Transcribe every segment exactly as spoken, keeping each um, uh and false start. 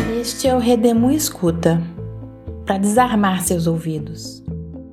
Este é o Redemoinho Escuta, para desarmar seus ouvidos.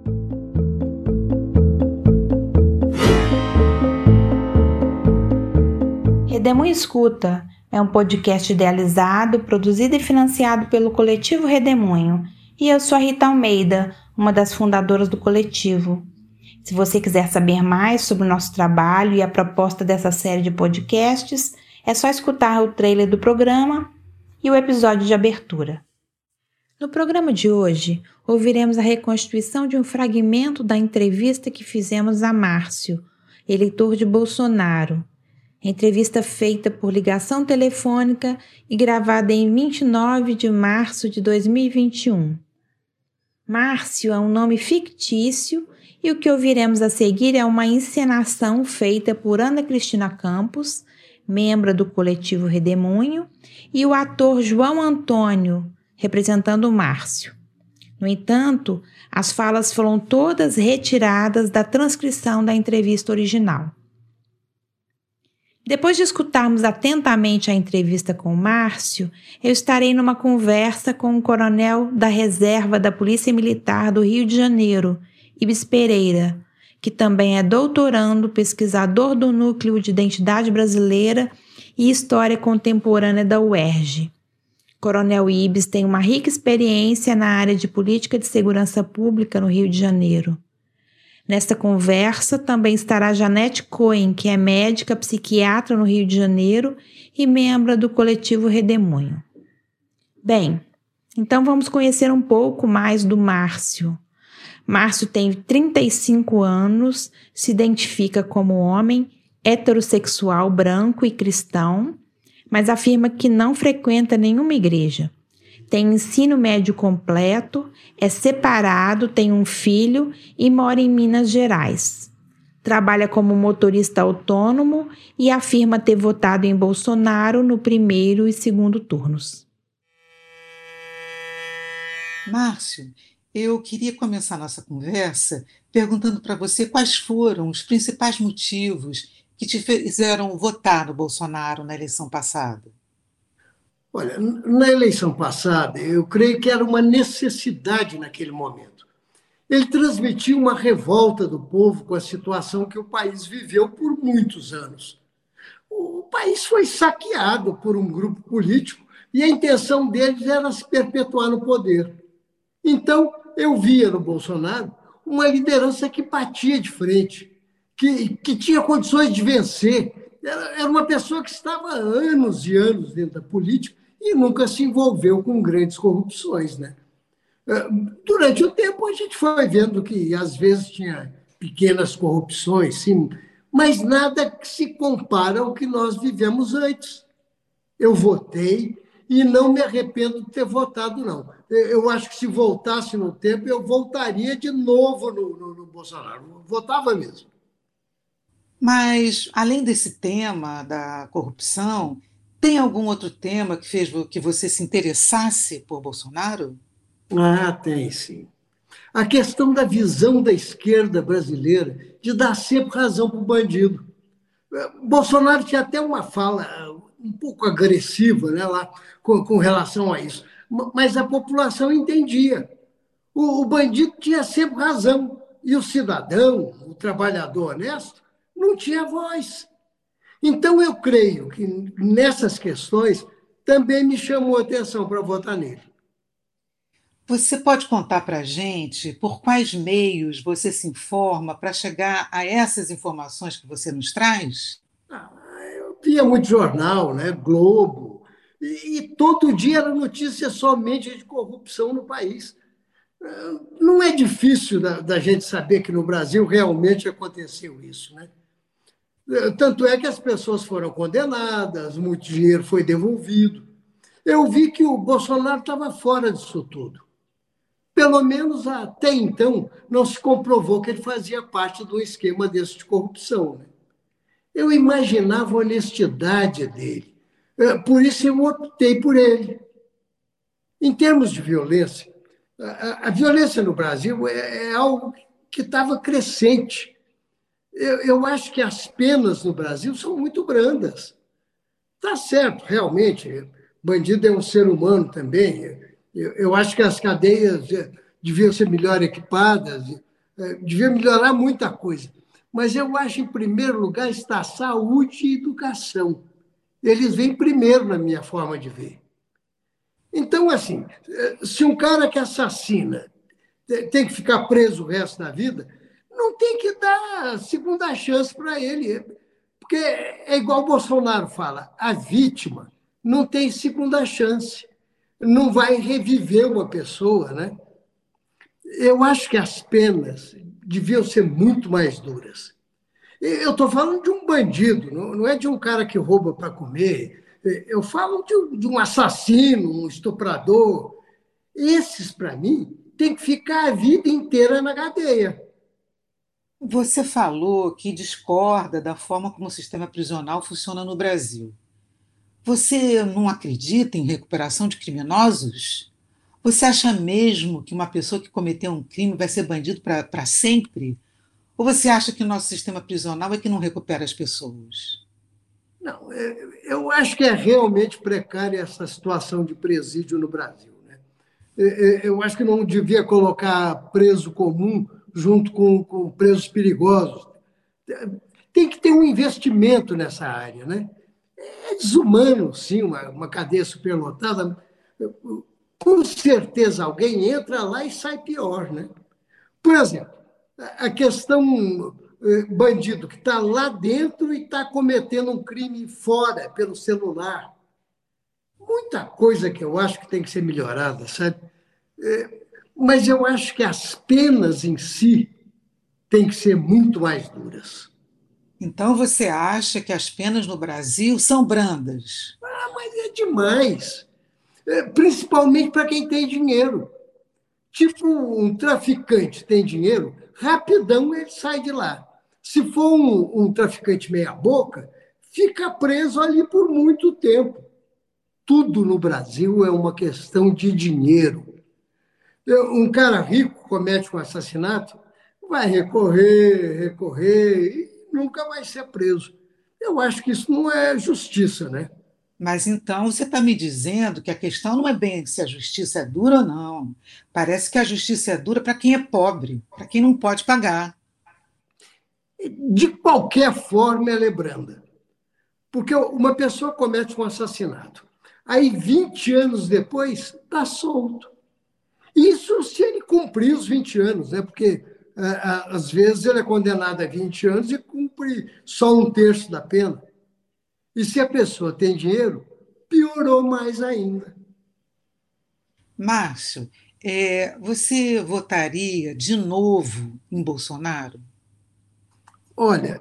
Redemoinho Escuta é um podcast idealizado, produzido e financiado pelo Coletivo Redemoinho, e eu sou a Rita Almeida, uma das fundadoras do coletivo. Se você quiser saber mais sobre o nosso trabalho e a proposta dessa série de podcasts, é só escutar o trailer do programa e o episódio de abertura. No programa de hoje, ouviremos a reconstituição de um fragmento da entrevista que fizemos a Márcio, eleitor de Bolsonaro. Entrevista feita por ligação telefônica e gravada em vinte e nove de março de dois mil e vinte e um. Márcio é um nome fictício e o que ouviremos a seguir é uma encenação feita por Ana Cristina Campos, membro do coletivo Redemoinho, e o ator João Antônio, representando o Márcio. No entanto, as falas foram todas retiradas da transcrição da entrevista original. Depois de escutarmos atentamente a entrevista com o Márcio, eu estarei numa conversa com o coronel da reserva da Polícia Militar do Rio de Janeiro, Ibis Pereira, que também é doutorando, pesquisador do Núcleo de Identidade Brasileira e História Contemporânea da U E R J. Coronel Ibis tem uma rica experiência na área de política de segurança pública no Rio de Janeiro. Nesta conversa também estará Janete Cohen, que é médica psiquiatra no Rio de Janeiro e membro do coletivo Redemoinho. Bem, então vamos conhecer um pouco mais do Márcio. Márcio tem trinta e cinco anos, se identifica como homem heterossexual, branco e cristão, mas afirma que não frequenta nenhuma igreja. Tem ensino médio completo, é separado, tem um filho e mora em Minas Gerais. Trabalha como motorista autônomo e afirma ter votado em Bolsonaro no primeiro e segundo turnos. Márcio, eu queria começar nossa conversa perguntando para você quais foram os principais motivos que te fizeram votar no Bolsonaro na eleição passada. Olha, na eleição passada, eu creio que era uma necessidade naquele momento. Ele transmitiu uma revolta do povo com a situação que o país viveu por muitos anos. O país foi saqueado por um grupo político e a intenção deles era se perpetuar no poder. Então, eu via no Bolsonaro uma liderança que batia de frente, que, que tinha condições de vencer. Era, era uma pessoa que estava há anos e anos dentro da política e nunca se envolveu com grandes corrupções, né? Durante o tempo, a gente foi vendo que, às vezes, tinha pequenas corrupções, sim, mas nada que se compara ao que nós vivemos antes. Eu votei e não me arrependo de ter votado, não. Eu acho que se voltasse no tempo, eu voltaria de novo no, no, no Bolsonaro. Eu votava mesmo. Mas, além desse tema da corrupção, tem algum outro tema que fez que você se interessasse por Bolsonaro? Ah, tem sim. A questão da visão da esquerda brasileira de dar sempre razão para o bandido. Bolsonaro tinha até uma fala um pouco agressiva, né, lá, com, com relação a isso, mas a população entendia. O, o bandido tinha sempre razão e o cidadão, o trabalhador honesto, não tinha voz. Então, eu creio que nessas questões também me chamou a atenção para votar nele. Você pode contar para a gente por quais meios você se informa para chegar a essas informações que você nos traz? Ah, eu via muito jornal, né? Globo, e, e todo dia era notícia somente de corrupção no país. Não é difícil da, da gente saber que no Brasil realmente aconteceu isso, né? Tanto é que as pessoas foram condenadas, muito dinheiro foi devolvido. Eu vi que o Bolsonaro estava fora disso tudo. Pelo menos até então, não se comprovou que ele fazia parte de um esquema desse de corrupção, né? Eu imaginava a honestidade dele. Por isso eu optei por ele. Em termos de violência, a, a violência no Brasil é, é algo que estava crescente. Eu, eu acho que as penas no Brasil são muito brandas. Está certo, realmente, bandido é um ser humano também. Eu, eu acho que as cadeias eh, deviam ser melhor equipadas, eh, devia melhorar muita coisa. Mas eu acho, em primeiro lugar, está saúde e educação. Eles vêm primeiro na minha forma de ver. Então, assim, eh, se um cara que assassina tem que ficar preso o resto da vida, não tem que dar segunda chance para ele. Porque é igual o Bolsonaro fala, a vítima não tem segunda chance, não vai reviver uma pessoa, né? Eu acho que as penas deviam ser muito mais duras. Eu estou falando de um bandido, não é de um cara que rouba para comer. Eu falo de um assassino, um estuprador. Esses, para mim, têm que ficar a vida inteira na cadeia. Você falou que discorda da forma como o sistema prisional funciona no Brasil. Você não acredita em recuperação de criminosos? Você acha mesmo que uma pessoa que cometeu um crime vai ser bandido para sempre? Ou você acha que o nosso sistema prisional é que não recupera as pessoas? Não, é, eu acho que é realmente precária essa situação de presídio no Brasil, né? É, é, Eu acho que não devia colocar preso comum junto com, com presos perigosos. Tem que ter um investimento nessa área, né? É desumano, sim, uma, uma cadeia superlotada. Com certeza alguém entra lá e sai pior, né? Por exemplo, a questão eh, bandido que está lá dentro e está cometendo um crime fora, pelo celular. Muita coisa que eu acho que tem que ser melhorada, sabe? Mas eu acho que as penas em si têm que ser muito mais duras. Então você acha que as penas no Brasil são brandas? Ah, mas é demais. É, principalmente para quem tem dinheiro. Tipo, um traficante tem dinheiro, rapidão ele sai de lá. Se for um, um traficante meia-boca, fica preso ali por muito tempo. Tudo no Brasil é uma questão de dinheiro. Um cara rico comete um assassinato, vai recorrer, recorrer e nunca vai ser preso. Eu acho que isso não é justiça, né? Mas então você está me dizendo que a questão não é bem se a justiça é dura ou não. Parece que a justiça é dura para quem é pobre, para quem não pode pagar. De qualquer forma, ela é branda. Porque uma pessoa comete um assassinato. Aí, vinte anos depois, está solto. Isso se ele cumprir os vinte anos, né? Porque às vezes ele é condenado a vinte anos e cumpre só um terço da pena. E se a pessoa tem dinheiro, piorou mais ainda. Márcio, é, você votaria de novo em Bolsonaro? Olha,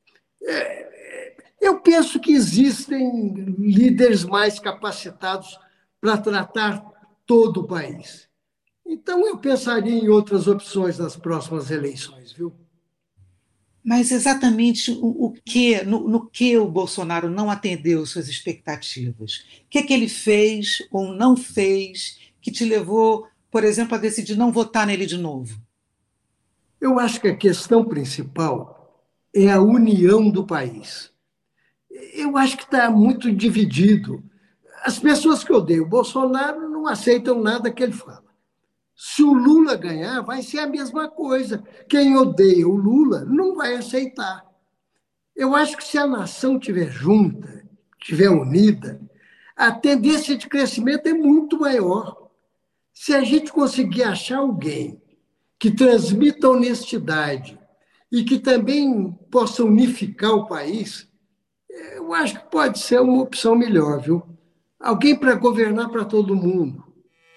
eu penso que existem líderes mais capacitados para tratar todo o país. Então, eu pensaria em outras opções nas próximas eleições, viu? Mas exatamente o, o que, no, no que o Bolsonaro não atendeu suas expectativas? O que, que ele fez ou não fez que te levou, por exemplo, a decidir não votar nele de novo? Eu acho que a questão principal é a união do país. Eu acho que está muito dividido. As pessoas que odeiam o Bolsonaro não aceitam nada que ele fala. Se o Lula ganhar, vai ser a mesma coisa. Quem odeia o Lula não vai aceitar. Eu acho que se a nação estiver junta, estiver unida, a tendência de crescimento é muito maior. Se a gente conseguir achar alguém que transmita honestidade e que também possa unificar o país, eu acho que pode ser uma opção melhor, viu? Alguém para governar para todo mundo.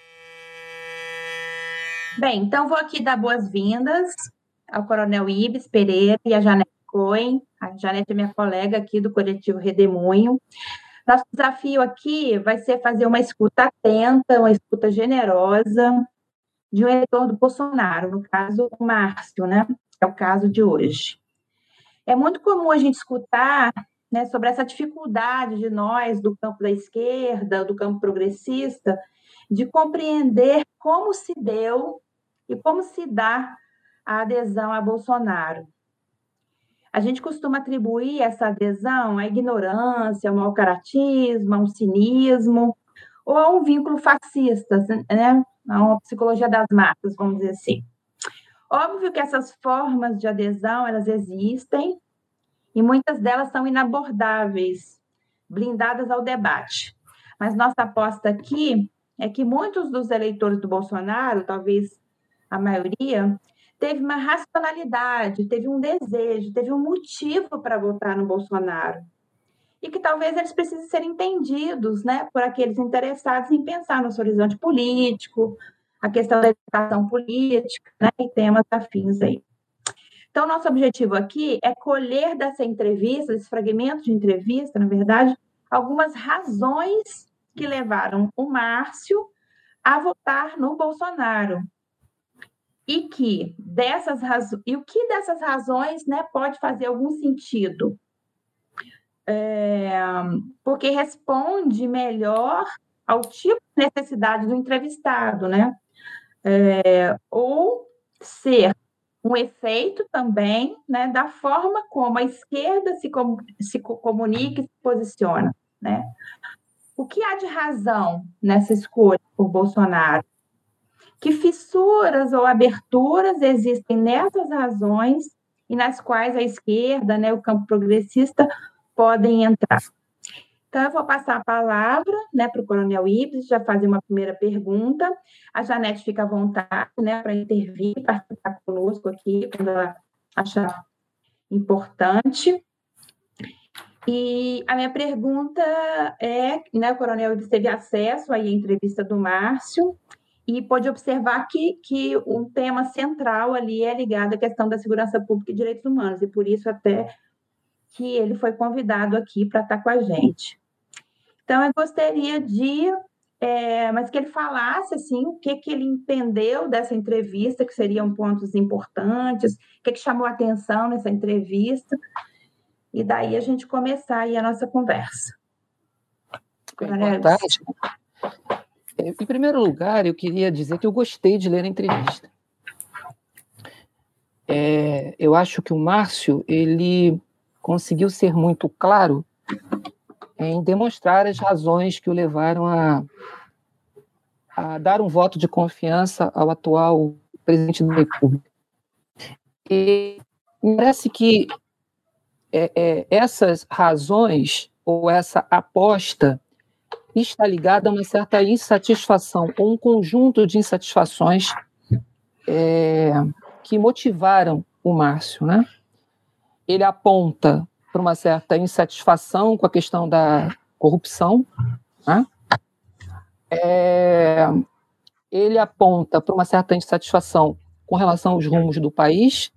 Bem, então vou aqui dar boas-vindas ao Coronel Ibis Pereira e a Janete Cohen. A Janete é minha colega aqui do Coletivo Redemoinho. Nosso desafio aqui vai ser fazer uma escuta atenta, uma escuta generosa de um eleitor do Bolsonaro, no caso, o Márcio, né? É o caso de hoje. É muito comum a gente escutar, né, sobre essa dificuldade de nós, do campo da esquerda, do campo progressista, de compreender como se deu e como se dá a adesão a Bolsonaro. A gente costuma atribuir essa adesão à ignorância, ao mau caratismo, a um cinismo, ou a um vínculo fascista, né? A uma psicologia das massas, vamos dizer assim. Óbvio que essas formas de adesão, elas existem, e muitas delas são inabordáveis, blindadas ao debate. Mas nossa aposta aqui é que muitos dos eleitores do Bolsonaro, talvez a maioria, teve uma racionalidade, teve um desejo, teve um motivo para votar no Bolsonaro. E que talvez eles precisem ser entendidos, né, por aqueles interessados em pensar no seu horizonte político, a questão da educação política, né, e temas afins aí. Então, nosso objetivo aqui é colher dessa entrevista, desse fragmento de entrevista, na verdade, algumas razões que levaram o Márcio a votar no Bolsonaro. E que dessas razões, e o que dessas razões, né, pode fazer algum sentido? É, porque responde melhor ao tipo de necessidade do entrevistado, né? É, ou ser um efeito também, né, da forma como a esquerda se, com, se comunica e se posiciona, né? O que há de razão nessa escolha por Bolsonaro? Que fissuras ou aberturas existem nessas razões e nas quais a esquerda, né, o campo progressista, podem entrar? Então, eu vou passar a palavra, né, para o Coronel Ibs, já fazer uma primeira pergunta. A Janete fica à vontade, né, para intervir, participar conosco aqui, quando ela achar importante. E a minha pergunta é, né, o Coronel Ibs teve acesso aí à entrevista do Márcio e pôde observar que, que um tema central ali é ligado à questão da segurança pública e direitos humanos, e por isso até que ele foi convidado aqui para estar com a gente. Então, eu gostaria de, é, mas que ele falasse, assim, o que, que ele entendeu dessa entrevista, que seriam pontos importantes, o que, que chamou a atenção nessa entrevista, e daí a gente começar aí a nossa conversa. Bem, boa tarde. Em primeiro lugar, eu queria dizer que eu gostei de ler a entrevista. É, eu acho que o Márcio, ele conseguiu ser muito claro em demonstrar as razões que o levaram a, a dar um voto de confiança ao atual presidente da República. E me parece que é, é, essas razões, ou essa aposta, está ligada a uma certa insatisfação, ou um conjunto de insatisfações é, que motivaram o Márcio, né? Ele aponta para uma certa insatisfação com a questão da corrupção, né? É, ele aponta para uma certa insatisfação com relação aos rumos do país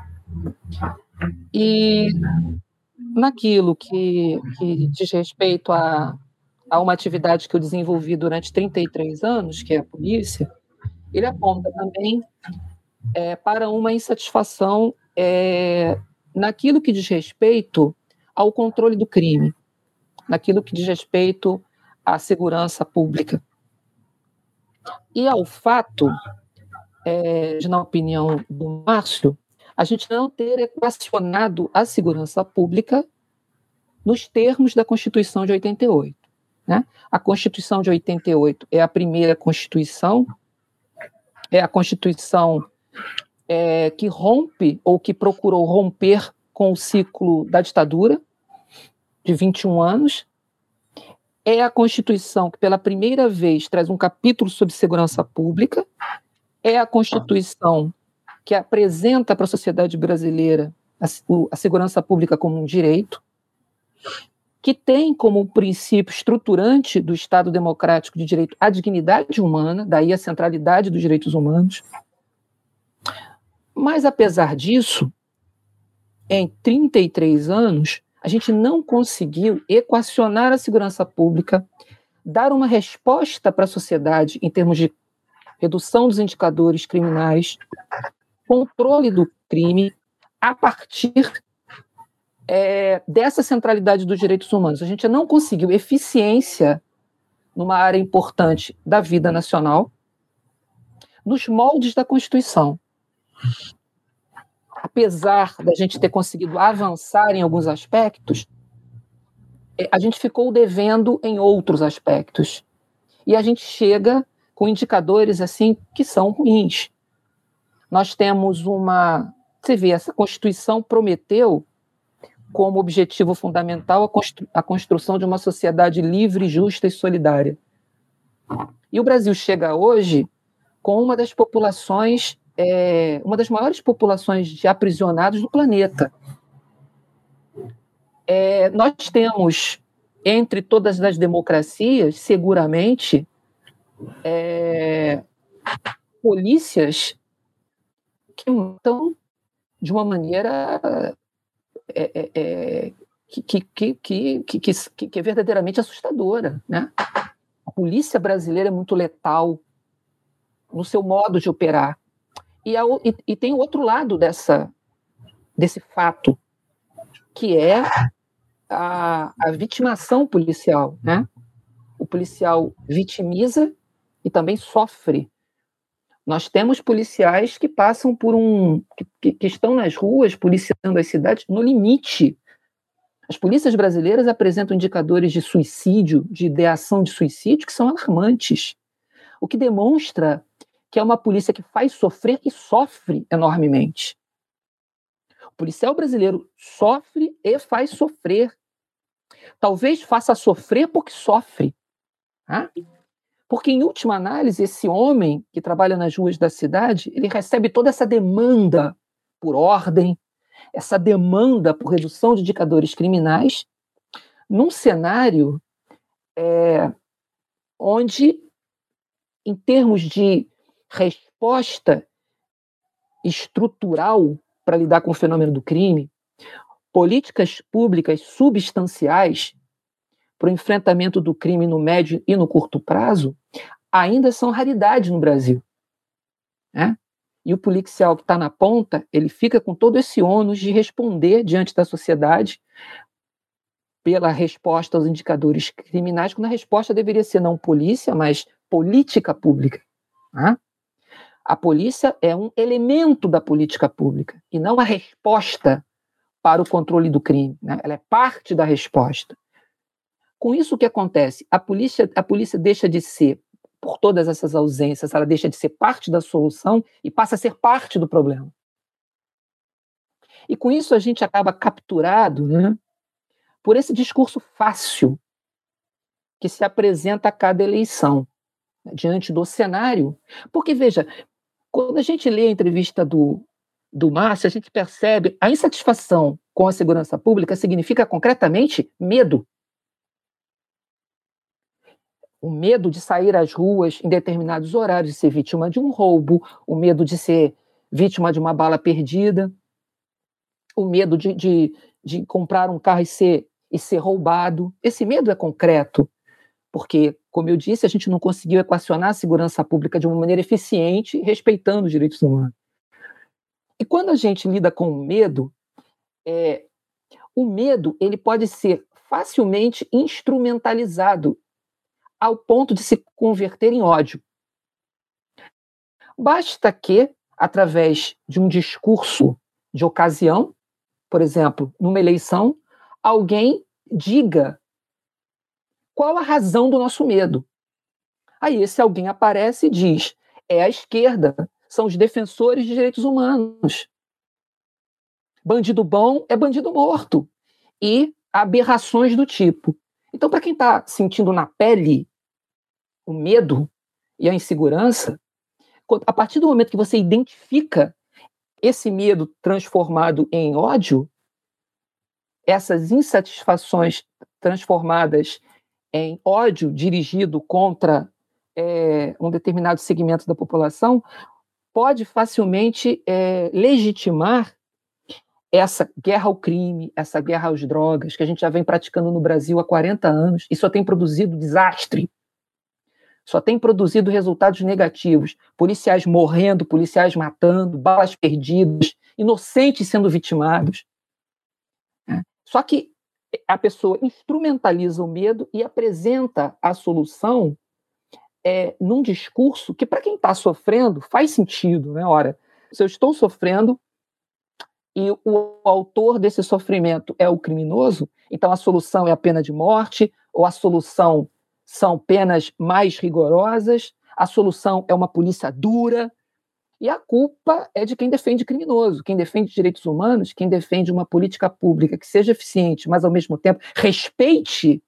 e naquilo que, que diz respeito a, a uma atividade que eu desenvolvi durante trinta e três anos, que é a polícia, ele aponta também é, para uma insatisfação é, naquilo que diz respeito ao controle do crime, naquilo que diz respeito à segurança pública. E ao fato, é, de, na opinião do Márcio, a gente não ter equacionado a segurança pública nos termos da Constituição de oitenta e oito. Né? A Constituição de oitenta e oito é a primeira Constituição, é a Constituição é, que rompe, ou que procurou romper com o ciclo da ditadura, de vinte e um anos, é a Constituição que pela primeira vez traz um capítulo sobre segurança pública, é a Constituição que apresenta para a sociedade brasileira a, a segurança pública como um direito, que tem como princípio estruturante do Estado democrático de direito a dignidade humana, daí a centralidade dos direitos humanos. Mas, apesar disso, em trinta e três anos, a gente não conseguiu equacionar a segurança pública, dar uma resposta para a sociedade em termos de redução dos indicadores criminais, controle do crime, a partir é, dessa centralidade dos direitos humanos. A gente não conseguiu eficiência numa área importante da vida nacional, nos moldes da Constituição. Apesar da gente ter conseguido avançar em alguns aspectos, a gente ficou devendo em outros aspectos. e a gente chega com indicadores assim que são ruins. Nós temos uma... Você vê, essa Constituição prometeu como objetivo fundamental a, constru, a construção de uma sociedade livre, justa e solidária. E o Brasil chega hoje com uma das populações, é, uma das maiores populações de aprisionados do planeta. É, nós temos, entre todas as democracias, seguramente, é, polícias que matam de uma maneira é, é, é, que, que, que, que, que, que é verdadeiramente assustadora, né? A polícia brasileira é muito letal no seu modo de operar. E, a, e, e tem outro lado dessa, desse fato, que é a, a vitimação policial, né? O policial vitimiza e também sofre. Nós temos policiais que passam por um... que, que estão nas ruas, policiando as cidades, no limite. As polícias brasileiras apresentam indicadores de suicídio, de ideação de suicídio, que são alarmantes. O que demonstra que é uma polícia que faz sofrer e sofre enormemente. O policial brasileiro sofre e faz sofrer. Talvez faça sofrer porque sofre. Tá? Porque, em última análise, esse homem que trabalha nas ruas da cidade, ele recebe toda essa demanda por ordem, essa demanda por redução de indicadores criminais, num cenário é, onde, em termos de resposta estrutural para lidar com o fenômeno do crime, políticas públicas substanciais para o enfrentamento do crime no médio e no curto prazo ainda são raridade no Brasil. Né? E o policial que está na ponta, ele fica com todo esse ônus de responder diante da sociedade pela resposta aos indicadores criminais, quando a resposta deveria ser não polícia, mas política pública. Né? A polícia é um elemento da política pública e não a resposta para o controle do crime. Né? Ela é parte da resposta. Com isso, o que acontece? A polícia, a polícia deixa de ser, por todas essas ausências, ela deixa de ser parte da solução e passa a ser parte do problema. E com isso a gente acaba capturado, né, por esse discurso fácil que se apresenta a cada eleição, né, diante do cenário. Porque, veja, quando a gente lê a entrevista do, do Márcio, a gente percebe a insatisfação com a segurança pública significa concretamente medo. O medo de sair às ruas em determinados horários, de ser vítima de um roubo, o medo de ser vítima de uma bala perdida, o medo de, de, de comprar um carro e ser, e ser roubado. Esse medo é concreto, porque, como eu disse, a gente não conseguiu equacionar a segurança pública de uma maneira eficiente, respeitando os direitos humanos. E quando a gente lida com o medo, é, o medo ele pode ser facilmente instrumentalizado ao ponto de se converter em ódio. Basta que, através de um discurso de ocasião, por exemplo, numa eleição, alguém diga qual a razão do nosso medo. Aí esse alguém aparece e diz, é a esquerda, são os defensores de direitos humanos. Bandido bom é bandido morto. E aberrações do tipo. Então, para quem está sentindo na pele o medo e a insegurança, a partir do momento que você identifica esse medo transformado em ódio, essas insatisfações transformadas em ódio dirigido contra é, um determinado segmento da população, pode facilmente é, legitimar essa guerra ao crime, essa guerra às drogas, que a gente já vem praticando no Brasil há quarenta anos, e só tem produzido desastre. Só tem produzido resultados negativos, policiais morrendo, policiais matando, balas perdidas, inocentes sendo vitimados. Só que a pessoa instrumentaliza o medo e apresenta a solução é, num discurso que, para quem está sofrendo, faz sentido. Né? Ora, se eu estou sofrendo e o autor desse sofrimento é o criminoso, então a solução é a pena de morte, ou a solução são penas mais rigorosas, a solução é uma polícia dura, e a culpa é de quem defende criminoso, quem defende direitos humanos, quem defende uma política pública que seja eficiente, mas, ao mesmo tempo, respeite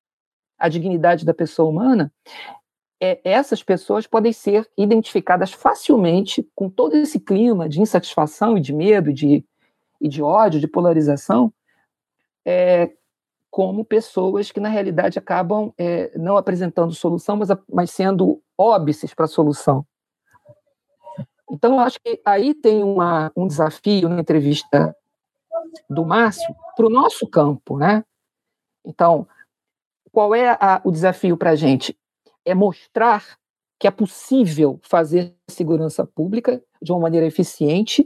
a dignidade da pessoa humana. É, essas pessoas podem ser identificadas facilmente com todo esse clima de insatisfação e de medo, e de, e de ódio, de polarização, é, como pessoas que, na realidade, acabam é, não apresentando solução, mas, mas sendo óbices para a solução. Então, eu acho que aí tem uma, um desafio na entrevista do Márcio para o nosso campo, né? Então, qual é a, o desafio para a gente? É mostrar que é possível fazer segurança pública de uma maneira eficiente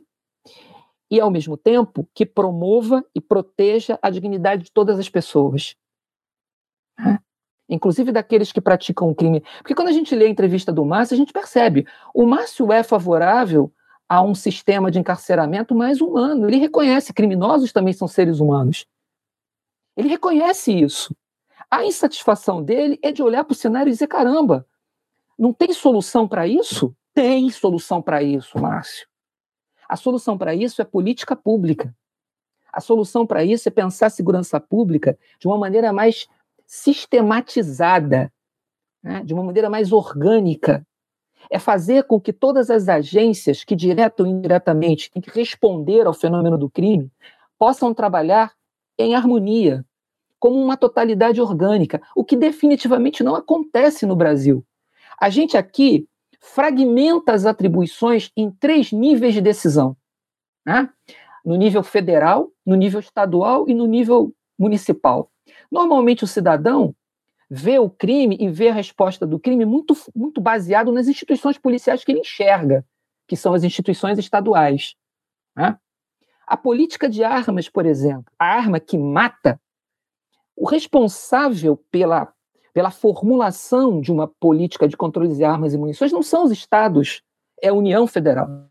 e, ao mesmo tempo, que promova e proteja a dignidade de todas as pessoas, né? Inclusive daqueles que praticam o crime. Porque quando a gente lê a entrevista do Márcio, a gente percebe, o Márcio é favorável a um sistema de encarceramento mais humano. Ele reconhece que criminosos também são seres humanos. Ele reconhece isso. A insatisfação dele é de olhar para o cenário e dizer, caramba, não tem solução para isso? Tem solução para isso, Márcio. A solução para isso é política pública. A solução para isso é pensar a segurança pública de uma maneira mais sistematizada, né, de uma maneira mais orgânica. É fazer com que todas as agências que, direta ou indiretamente, têm que responder ao fenômeno do crime, possam trabalhar em harmonia, como uma totalidade orgânica, o que definitivamente não acontece no Brasil. A gente aqui fragmenta as atribuições em três níveis de decisão, né? No nível federal, no nível estadual e no nível municipal. Normalmente o cidadão vê o crime e vê a resposta do crime muito, muito baseado nas instituições policiais que ele enxerga, que são as instituições estaduais, né? A política de armas, por exemplo, a arma que mata, o responsável pela, pela formulação de uma política de controle de armas e munições não são os estados, é a União Federal.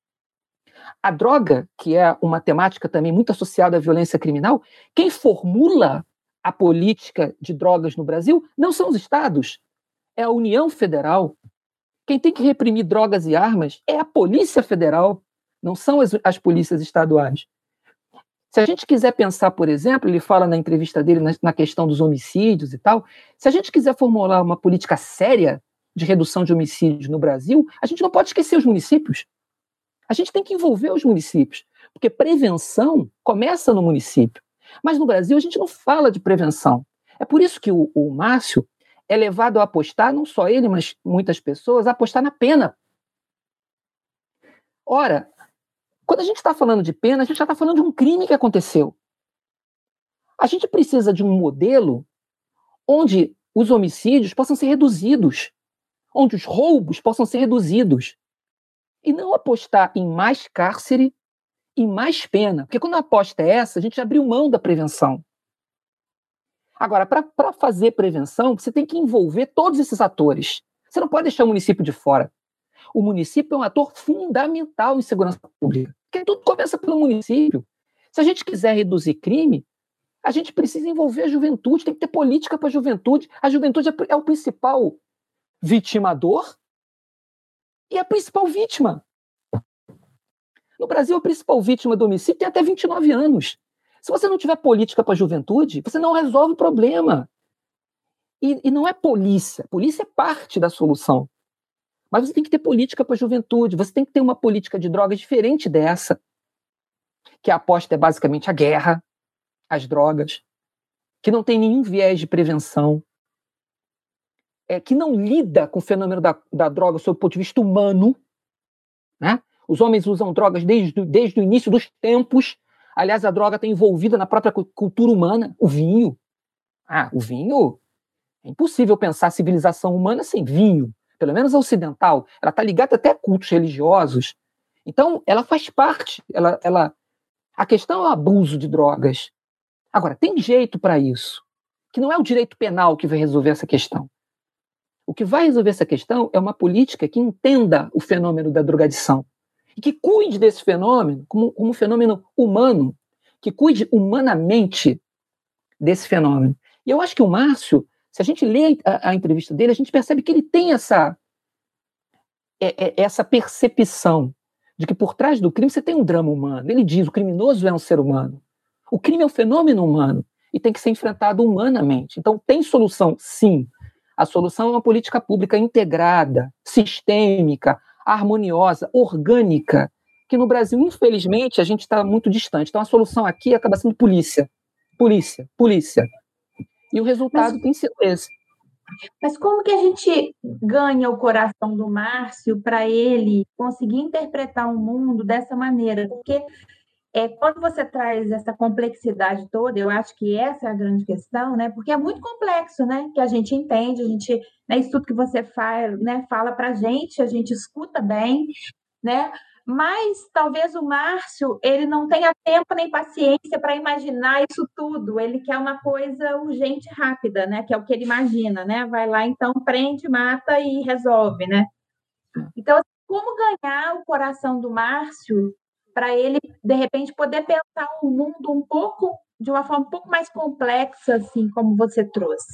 A droga, que é uma temática também muito associada à violência criminal, quem formula a política de drogas no Brasil não são os estados, é a União Federal. Quem tem que reprimir drogas e armas é a Polícia Federal, não são as, as polícias estaduais. Se a gente quiser pensar, por exemplo, ele fala na entrevista dele na, na questão dos homicídios e tal, se a gente quiser formular uma política séria de redução de homicídios no Brasil, a gente não pode esquecer os municípios. A gente tem que envolver os municípios, porque prevenção começa no município. Mas no Brasil a gente não fala de prevenção. É por isso que o, o Márcio é levado a apostar, não só ele, mas muitas pessoas, a apostar na pena. Ora, quando a gente está falando de pena, a gente já está falando de um crime que aconteceu. A gente precisa de um modelo onde os homicídios possam ser reduzidos, onde os roubos possam ser reduzidos. E não apostar em mais cárcere e mais pena. Porque quando a aposta é essa, a gente abriu mão da prevenção. Agora, para fazer prevenção, você tem que envolver todos esses atores. Você não pode deixar o município de fora. O município é um ator fundamental em segurança pública. Porque tudo começa pelo município. Se a gente quiser reduzir crime, a gente precisa envolver a juventude, tem que ter política para a juventude. A juventude é o principal vitimador e a principal vítima. No Brasil, a principal vítima do homicídio tem até vinte e nove anos. Se você não tiver política para a juventude, você não resolve o problema. E, e não é polícia. Polícia é parte da solução. Mas você tem que ter política para a juventude. Você tem que ter uma política de drogas diferente dessa, que a aposta é basicamente a guerra, as drogas, que não tem nenhum viés de prevenção, é, que não lida com o fenômeno da, da droga sob o ponto de vista humano, né? Os homens usam drogas desde, desde o início dos tempos. Aliás, a droga está envolvida na própria cultura humana. O vinho. Ah, o vinho... É impossível pensar a civilização humana sem vinho. Pelo menos a ocidental. Ela está ligada até a cultos religiosos. Então, ela faz parte. Ela, ela... A questão é o abuso de drogas. Agora, tem jeito para isso. Que não é o direito penal que vai resolver essa questão. O que vai resolver essa questão é uma política que entenda o fenômeno da drogadição. E que cuide desse fenômeno como, como um fenômeno humano, que cuide humanamente desse fenômeno. E eu acho que o Márcio Se a gente lê a, a entrevista dele, a gente percebe que ele tem essa, é, é, essa percepção de que por trás do crime você tem um drama humano. Ele diz, o criminoso é um ser humano. O crime é um fenômeno humano e tem que ser enfrentado humanamente. Então, tem solução? Sim. A solução é uma política pública integrada, sistêmica, harmoniosa, orgânica, que no Brasil, infelizmente, a gente está muito distante. Então, a solução aqui acaba sendo polícia. Polícia, polícia. E o resultado mas, tem sido esse. Mas como que a gente ganha o coração do Márcio para ele conseguir interpretar o mundo dessa maneira? Porque é, quando você traz essa complexidade toda, eu acho que essa é a grande questão, né? Porque é muito complexo, né? Que a gente entende, a gente, né, isso tudo que você faz, né, fala para a gente, a gente escuta bem, né? Mas talvez o Márcio, ele não tenha tempo nem paciência para imaginar isso tudo. Ele quer uma coisa urgente, rápida, né? Que é o que ele imagina, né? Vai lá, então, prende, mata e resolve, né? Então, como ganhar o coração do Márcio para ele, de repente, poder pensar o mundo um pouco, de uma forma um pouco mais complexa, assim, como você trouxe?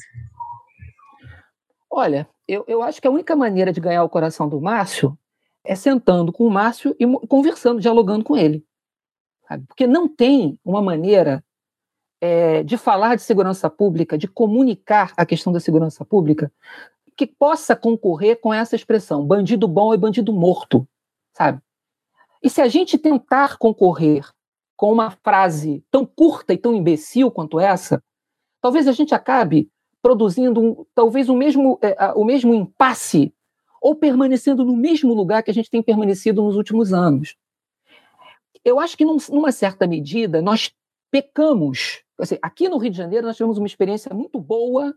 Olha, eu, eu acho que a única maneira de ganhar o coração do Márcio é sentando com o Márcio e conversando, dialogando com ele. Sabe? Porque não tem uma maneira é, de falar de segurança pública, de comunicar a questão da segurança pública, que possa concorrer com essa expressão, bandido bom e bandido morto, sabe? E se a gente tentar concorrer com uma frase tão curta e tão imbecil quanto essa, talvez a gente acabe produzindo um, talvez o mesmo, é, o mesmo impasse ou permanecendo no mesmo lugar que a gente tem permanecido nos últimos anos. Eu acho que, num, numa certa medida, nós pecamos. Assim, aqui no Rio de Janeiro, nós tivemos uma experiência muito boa,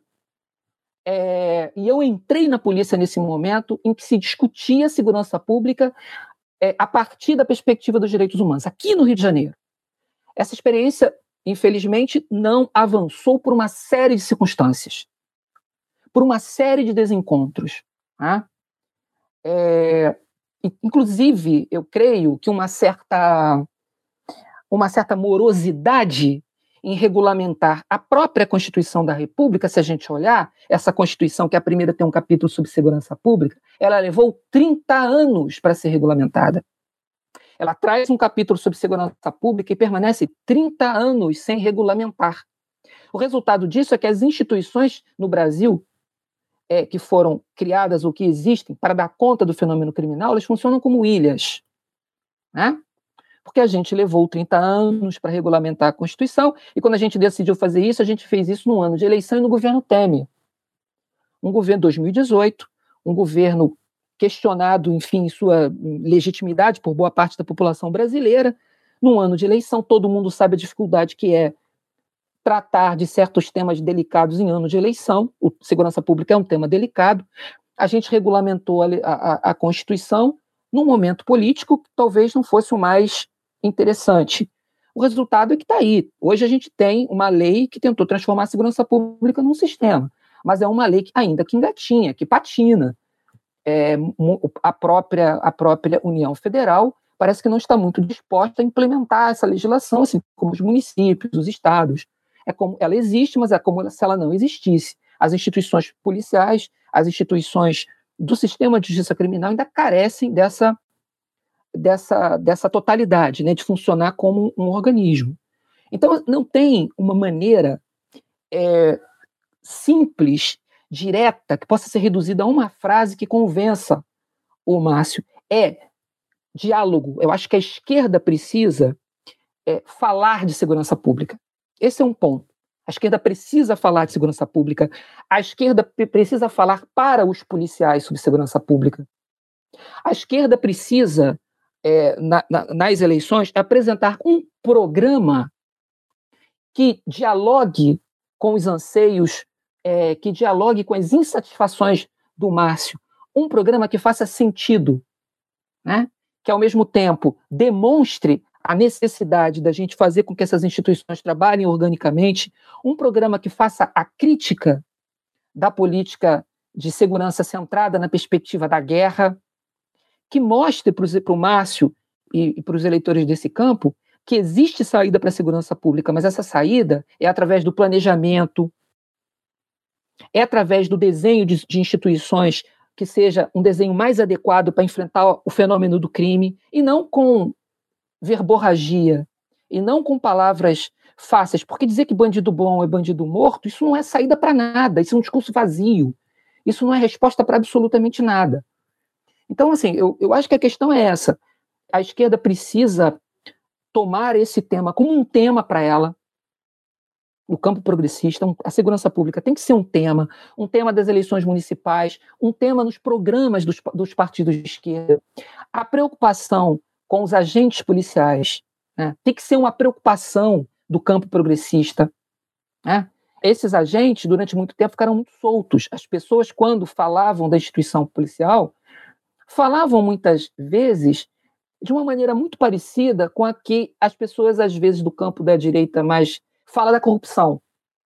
é, e eu entrei na polícia nesse momento em que se discutia segurança pública é, a partir da perspectiva dos direitos humanos, aqui no Rio de Janeiro. Essa experiência, infelizmente, não avançou por uma série de circunstâncias, por uma série de desencontros, tá? É, inclusive, eu creio que uma certa, uma certa morosidade em regulamentar a própria Constituição da República, se a gente olhar, essa Constituição, que é a primeira tem um capítulo sobre segurança pública, ela levou trinta anos para ser regulamentada. Ela traz um capítulo sobre segurança pública e permanece trinta anos sem regulamentar. O resultado disso é que as instituições no Brasil, É, que foram criadas ou que existem para dar conta do fenômeno criminal, elas funcionam como ilhas, né? Porque a gente levou trinta anos para regulamentar a Constituição, e quando a gente decidiu fazer isso, a gente fez isso no ano de eleição e no governo Temer. Um governo dois mil e dezoito, um governo questionado, enfim, em sua legitimidade por boa parte da população brasileira. Num ano de eleição, todo mundo sabe a dificuldade que é tratar de certos temas delicados em ano de eleição. O segurança pública é um tema delicado. A gente regulamentou a, a, a Constituição num momento político que talvez não fosse o mais interessante. O resultado é que está aí. Hoje a gente tem uma lei que tentou transformar a segurança pública num sistema, mas é uma lei que, ainda que engatinha, que patina. É, a, própria, a própria União Federal parece que não está muito disposta a implementar essa legislação, assim como os municípios, os estados. É como ela existe, mas é como se ela não existisse. As instituições policiais, as instituições do sistema de justiça criminal ainda carecem dessa, dessa, dessa totalidade, né, de funcionar como um organismo. Então, não tem uma maneira é, simples, direta, que possa ser reduzida a uma frase que convença o Márcio. É diálogo. Eu acho que a esquerda precisa é, falar de segurança pública. Esse é um ponto. A esquerda precisa falar de segurança pública. A esquerda precisa falar para os policiais sobre segurança pública. A esquerda precisa, é, na, na, nas eleições, apresentar um programa que dialogue com os anseios, é, que dialogue com as insatisfações do Márcio. Um programa que faça sentido, né? Que, ao mesmo tempo, demonstre a necessidade da gente fazer com que essas instituições trabalhem organicamente, um programa que faça a crítica da política de segurança centrada na perspectiva da guerra, que mostre para o Márcio e, e para os eleitores desse campo que existe saída para a segurança pública, mas essa saída é através do planejamento, é através do desenho de, de instituições que seja um desenho mais adequado para enfrentar o fenômeno do crime, e não com verborragia, e não com palavras fáceis, porque dizer que bandido bom é bandido morto, isso não é saída para nada, isso é um discurso vazio, isso não é resposta para absolutamente nada. Então, assim, eu, eu acho que a questão é essa. A esquerda precisa tomar esse tema como um tema para ela, no campo progressista. A segurança pública tem que ser um tema, um tema das eleições municipais, um tema nos programas dos, dos partidos de esquerda. A preocupação com os agentes policiais, né, tem que ser uma preocupação do campo progressista, né? Esses agentes, durante muito tempo, ficaram muito soltos. As pessoas, quando falavam da instituição policial, falavam muitas vezes de uma maneira muito parecida com a que as pessoas, às vezes, do campo da direita mais fala da corrupção.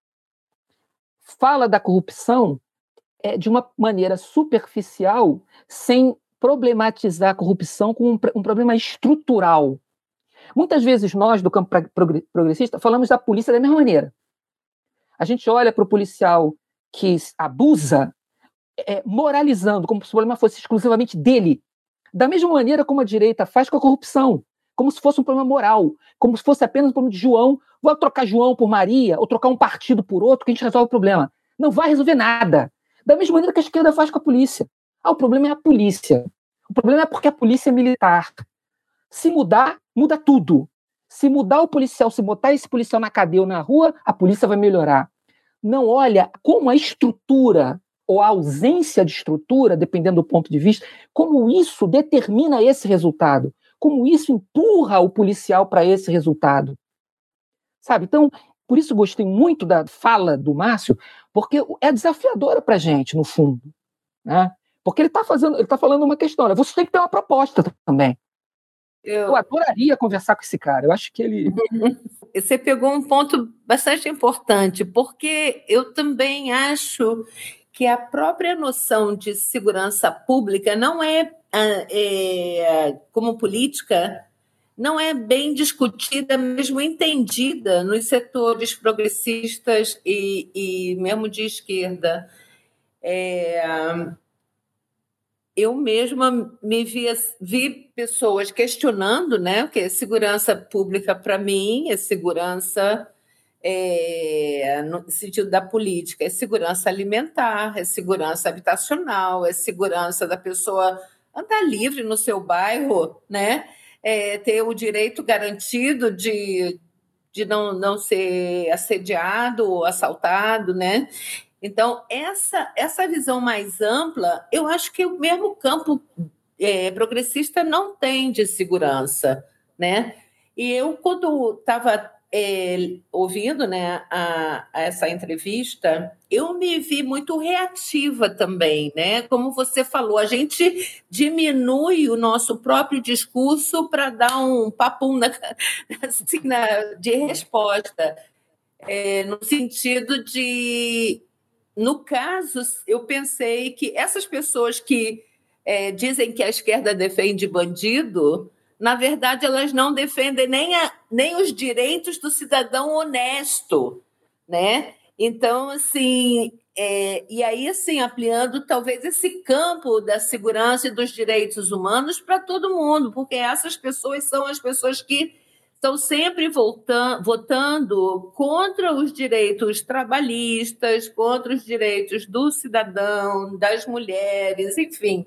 Fala da corrupção é, de uma maneira superficial, sem problematizar a corrupção como um, um problema estrutural. Muitas vezes nós, do campo progressista, falamos da polícia da mesma maneira. A gente olha para o policial que abusa, é, moralizando, como se o problema fosse exclusivamente dele, da mesma maneira como a direita faz com a corrupção, como se fosse um problema moral, como se fosse apenas um problema de João. Vou trocar João por Maria, ou trocar um partido por outro, que a gente resolve o problema. Não vai resolver nada. Da mesma maneira que a esquerda faz com a polícia. Ah, o problema é a polícia. O problema é porque a polícia é militar. Se mudar, muda tudo. Se mudar o policial, se botar esse policial na cadeia ou na rua, a polícia vai melhorar. Não olha como a estrutura, ou a ausência de estrutura, dependendo do ponto de vista, como isso determina esse resultado. Como isso empurra o policial para esse resultado. Sabe? Então, por isso eu gostei muito da fala do Márcio, porque é desafiadora para a gente, no fundo. Né? Porque ele está fazendo, ele está falando uma questão. Olha, você tem que ter uma proposta também. Eu... eu adoraria conversar com esse cara. Eu acho que ele... Você pegou um ponto bastante importante, porque eu também acho que a própria noção de segurança pública não é, é como política, não é bem discutida, mesmo entendida nos setores progressistas e, e mesmo de esquerda. É, eu mesma me vi, vi pessoas questionando, né, o que é segurança pública para mim, é segurança é, no sentido da política, é segurança alimentar, é segurança habitacional, é segurança da pessoa andar livre no seu bairro, né? É, ter o direito garantido de, de não, não ser assediado ou assaltado, né? Então, essa, essa visão mais ampla, eu acho que o mesmo campo é, progressista não tem de segurança, né? E eu, quando estava é, ouvindo, né, a, a essa entrevista, eu me vi muito reativa também, né? Como você falou, a gente diminui o nosso próprio discurso para dar um papum na, assim, na, de resposta, é, no sentido de... No caso, eu pensei que essas pessoas que é, dizem que a esquerda defende bandido, na verdade, elas não defendem nem, a, nem os direitos do cidadão honesto, né? Então, assim, é, e aí, assim, ampliando talvez esse campo da segurança e dos direitos humanos para todo mundo, porque essas pessoas são as pessoas que estão sempre voltando, votando contra os direitos trabalhistas, contra os direitos do cidadão, das mulheres, enfim.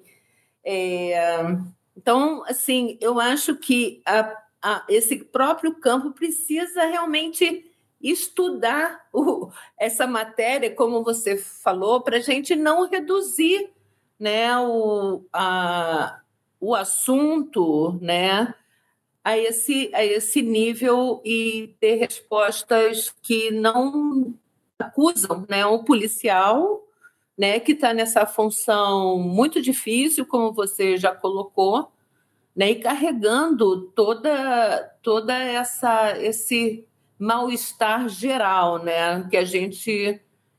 É, então, assim, eu acho que a, a, esse próprio campo precisa realmente estudar o, essa matéria, como você falou, para a gente não reduzir, né, o, a, o assunto, né, a esse, a esse nível e ter respostas que não acusam, né, um policial, né, que está nessa função muito difícil, como você já colocou, né, e carregando toda, toda essa esse mal-estar geral, né, que a gente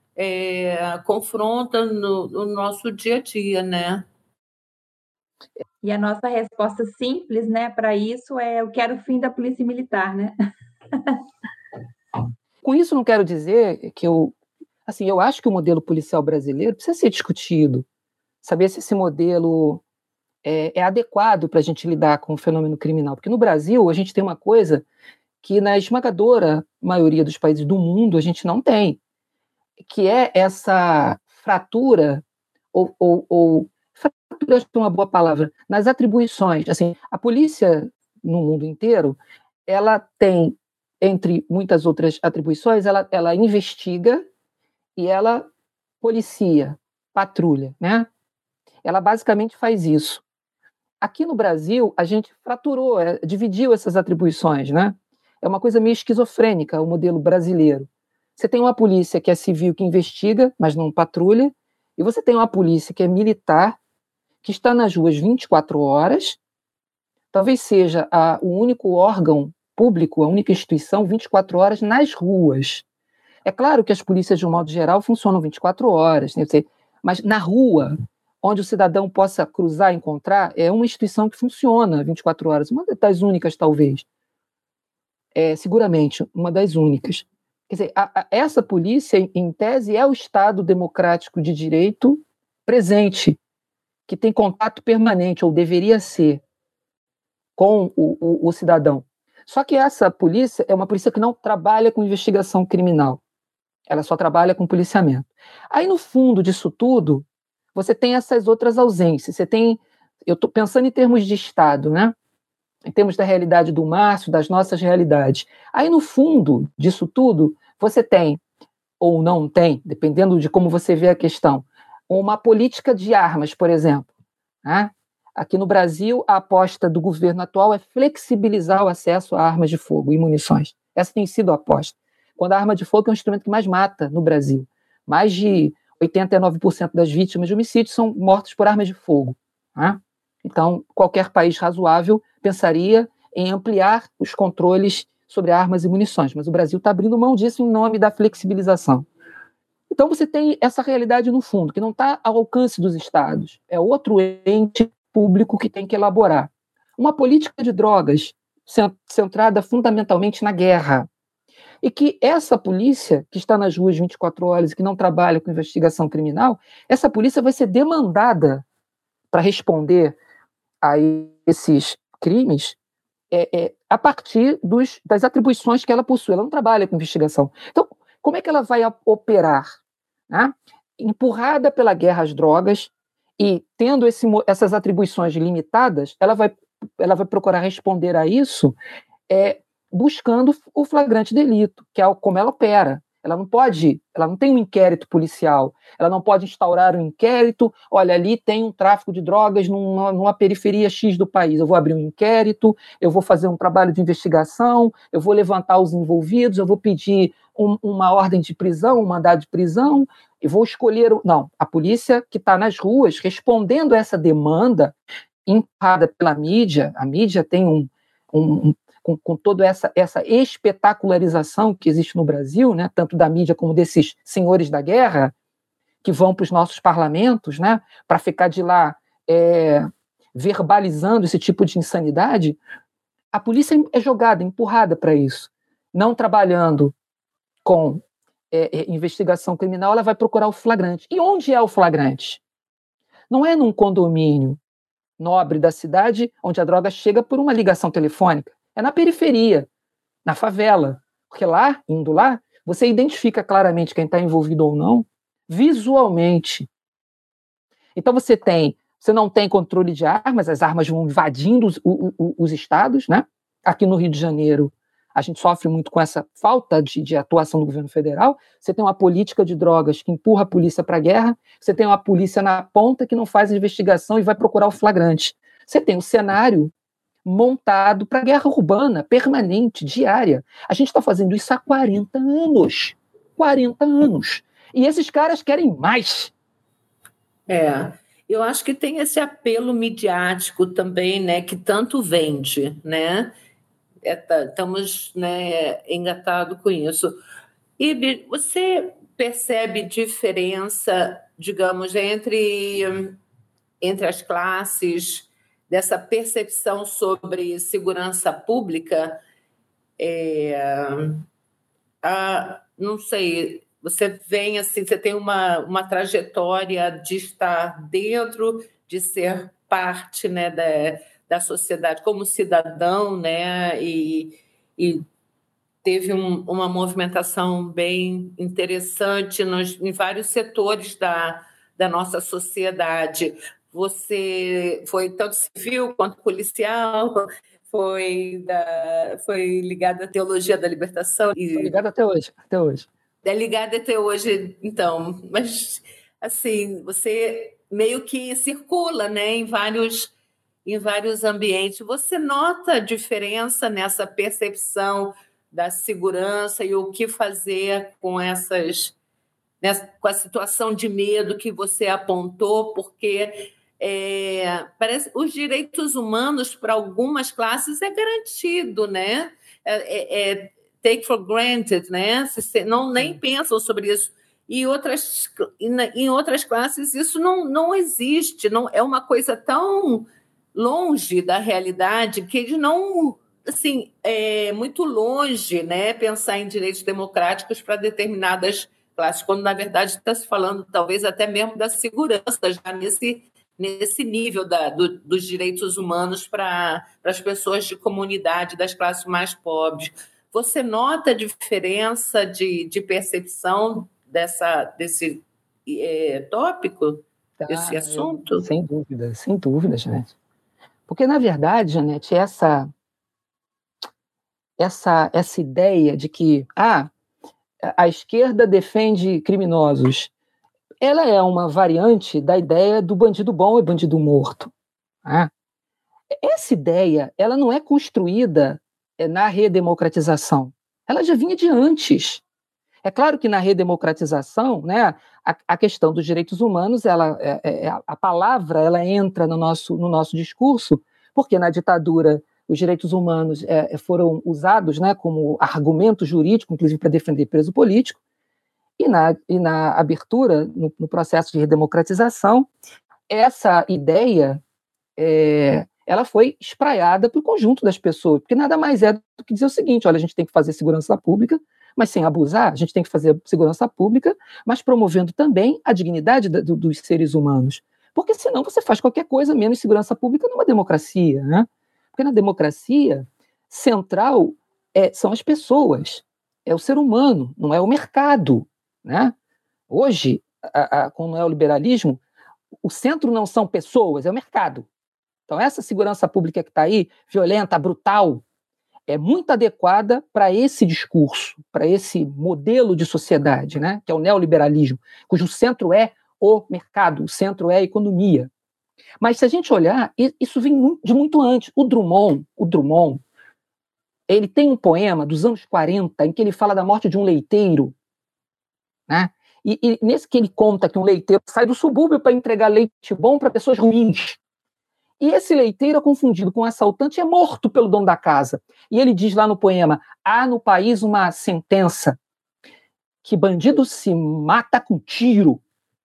é, confronta no, no nosso dia a dia, né? E a nossa resposta simples, né, para isso é: eu quero o fim da polícia militar, né? Com isso não quero dizer que eu assim, eu acho que o modelo policial brasileiro precisa ser discutido, saber se esse modelo é, é adequado para a gente lidar com o fenômeno criminal, porque no Brasil a gente tem uma coisa que na esmagadora maioria dos países do mundo a gente não tem, que é essa fratura, ou, ou, ou fratura acho que é uma boa palavra, nas atribuições. Assim, a polícia no mundo inteiro, ela tem, entre muitas outras atribuições, ela, ela investiga e ela policia, patrulha, né? Ela basicamente faz isso. Aqui no Brasil, a gente fraturou, é, dividiu essas atribuições, né? É uma coisa meio esquizofrênica o modelo brasileiro. Você tem uma polícia que é civil, que investiga, mas não patrulha, e você tem uma polícia que é militar, que está nas ruas vinte e quatro horas, talvez seja a, o único órgão público, a única instituição vinte e quatro horas nas ruas. É claro que as polícias, de um modo geral, funcionam vinte e quatro horas, né? Mas na rua, onde o cidadão possa cruzar e encontrar, é uma instituição que funciona vinte e quatro horas, uma das únicas, talvez. É, seguramente, uma das únicas. Quer dizer, a, a, essa polícia, em, em tese, é o Estado democrático de direito presente, que tem contato permanente, ou deveria ser, com o, o, o cidadão. Só que essa polícia é uma polícia que não trabalha com investigação criminal. Ela só trabalha com policiamento. Aí, no fundo disso tudo, você tem essas outras ausências. Você tem, eu estou pensando em termos de Estado, né? Em termos da realidade do Márcio, das nossas realidades. Aí, no fundo disso tudo, você tem, ou não tem, dependendo de como você vê a questão, uma política de armas, por exemplo. Né? Aqui no Brasil, a aposta do governo atual é flexibilizar o acesso a armas de fogo e munições. Essa tem sido a aposta. Quando a arma de fogo é um instrumento que mais mata no Brasil. Mais de oitenta e nove por cento das vítimas de homicídio são mortas por armas de fogo. Né? Então, qualquer país razoável pensaria em ampliar os controles sobre armas e munições, mas o Brasil está abrindo mão disso em nome da flexibilização. Então, você tem essa realidade no fundo, que não está ao alcance dos estados. É outro ente público que tem que elaborar. Uma política de drogas centrada fundamentalmente na guerra. E que essa polícia, que está nas ruas vinte e quatro horas e que não trabalha com investigação criminal, essa polícia vai ser demandada para responder a esses crimes é, é, a partir dos, das atribuições que ela possui. Ela não trabalha com investigação. Então, como é que ela vai operar? Né? Empurrada pela guerra às drogas e tendo esse, essas atribuições limitadas, ela vai, ela vai procurar responder a isso é, buscando o flagrante delito, que é como ela opera. Ela não pode, ela não tem um inquérito policial, ela não pode instaurar um inquérito, olha, ali tem um tráfico de drogas numa, numa periferia X do país, eu vou abrir um inquérito, eu vou fazer um trabalho de investigação, eu vou levantar os envolvidos, eu vou pedir um, uma ordem de prisão, um mandado de prisão, e vou escolher... O... Não, a polícia que está nas ruas respondendo a essa demanda empurrada pela mídia, a mídia tem um... um, um Com, com toda essa, essa espetacularização que existe no Brasil, né, tanto da mídia como desses senhores da guerra, que vão para os nossos parlamentos, né, para ficar de lá é, verbalizando esse tipo de insanidade, a polícia é jogada, empurrada para isso. Não trabalhando com é, é, investigação criminal, ela vai procurar o flagrante. E onde é o flagrante? Não é num condomínio nobre da cidade, onde a droga chega por uma ligação telefônica. É na periferia, na favela. Porque lá, indo lá, você identifica claramente quem está envolvido ou não, visualmente. Então você tem, você não tem controle de armas, as armas vão invadindo os, os, os estados, né? Aqui no Rio de Janeiro, a gente sofre muito com essa falta de, de atuação do governo federal. Você tem uma política de drogas que empurra a polícia para a guerra, você tem uma polícia na ponta que não faz investigação e vai procurar o flagrante. Você tem um cenário montado para guerra urbana, permanente, diária. A gente está fazendo isso há quarenta anos. quarenta anos. E esses caras querem mais. É, eu acho que tem esse apelo midiático também, né, que tanto vende, né? É, tá, estamos, né, engatados com isso. Ibe, você percebe diferença, digamos, entre, entre as classes, dessa percepção sobre segurança pública? É, a, não sei, Você vem assim, você tem uma, uma trajetória de estar dentro, de ser parte, né, da, da sociedade como cidadão, né, e, e teve um, uma movimentação bem interessante nos, em vários setores da, da nossa sociedade. Você foi tanto civil quanto policial, foi, da, foi ligada à teologia da libertação. Estou ligada até hoje, até hoje. É ligada até hoje, então. Mas, assim, você meio que circula, né, em vários, em vários ambientes. Você nota a diferença nessa percepção da segurança e o que fazer com essas, nessa, com a situação de medo que você apontou, porque é, parece os direitos humanos para algumas classes é garantido, né? É, é, take for granted, né? Não nem pensam sobre isso. E outras, em outras classes isso não, não existe, não é uma coisa tão longe da realidade que eles não, assim, é muito longe, né, pensar em direitos democráticos para determinadas classes, quando na verdade está se falando talvez até mesmo da segurança já nesse nesse nível da, do, dos direitos humanos para as pessoas de comunidade das classes mais pobres. Você nota a diferença de, de percepção dessa, desse é, tópico, Tá, desse eu- assunto? sem dúvida, sem dúvida, Janete. Porque, na verdade, Janete, essa, essa, essa ideia de que ah, a esquerda defende criminosos, ela é uma variante da ideia do bandido bom e bandido morto. Né? Essa ideia, ela não é construída é, na redemocratização. Ela já vinha de antes. É claro que na redemocratização, né, a, a questão dos direitos humanos, ela, é, é, a palavra, ela entra no nosso, no nosso discurso, porque na ditadura os direitos humanos é, foram usados, né, como argumento jurídico, inclusive para defender preso político, e na, e na abertura, no, no processo de redemocratização, essa ideia é, ela foi espraiada para o conjunto das pessoas, porque nada mais é do que dizer o seguinte: olha, a gente tem que fazer segurança pública, mas sem abusar, a gente tem que fazer segurança pública, mas promovendo também a dignidade da, do, dos seres humanos. Porque senão você faz qualquer coisa menos segurança pública numa democracia, né? Porque na democracia, central é, são as pessoas, é o ser humano, não é o mercado, né? Hoje, a, a, com o neoliberalismo, o centro não são pessoas, é o mercado. Então, essa segurança pública que está aí, violenta, brutal, é muito adequada para esse discurso, para esse modelo de sociedade, né, que é o neoliberalismo, cujo centro é o mercado, o centro é a economia. Mas se a gente olhar, isso vem de muito antes. O Drummond, o Drummond, ele tem um poema dos anos quarenta em que ele fala da morte de um leiteiro, né? E, e nesse que ele conta que um leiteiro sai do subúrbio para entregar leite bom para pessoas ruins. E esse leiteiro é confundido com um assaltante e é morto pelo dono da casa. E ele diz lá no poema: há no país uma sentença que bandido se mata com tiro.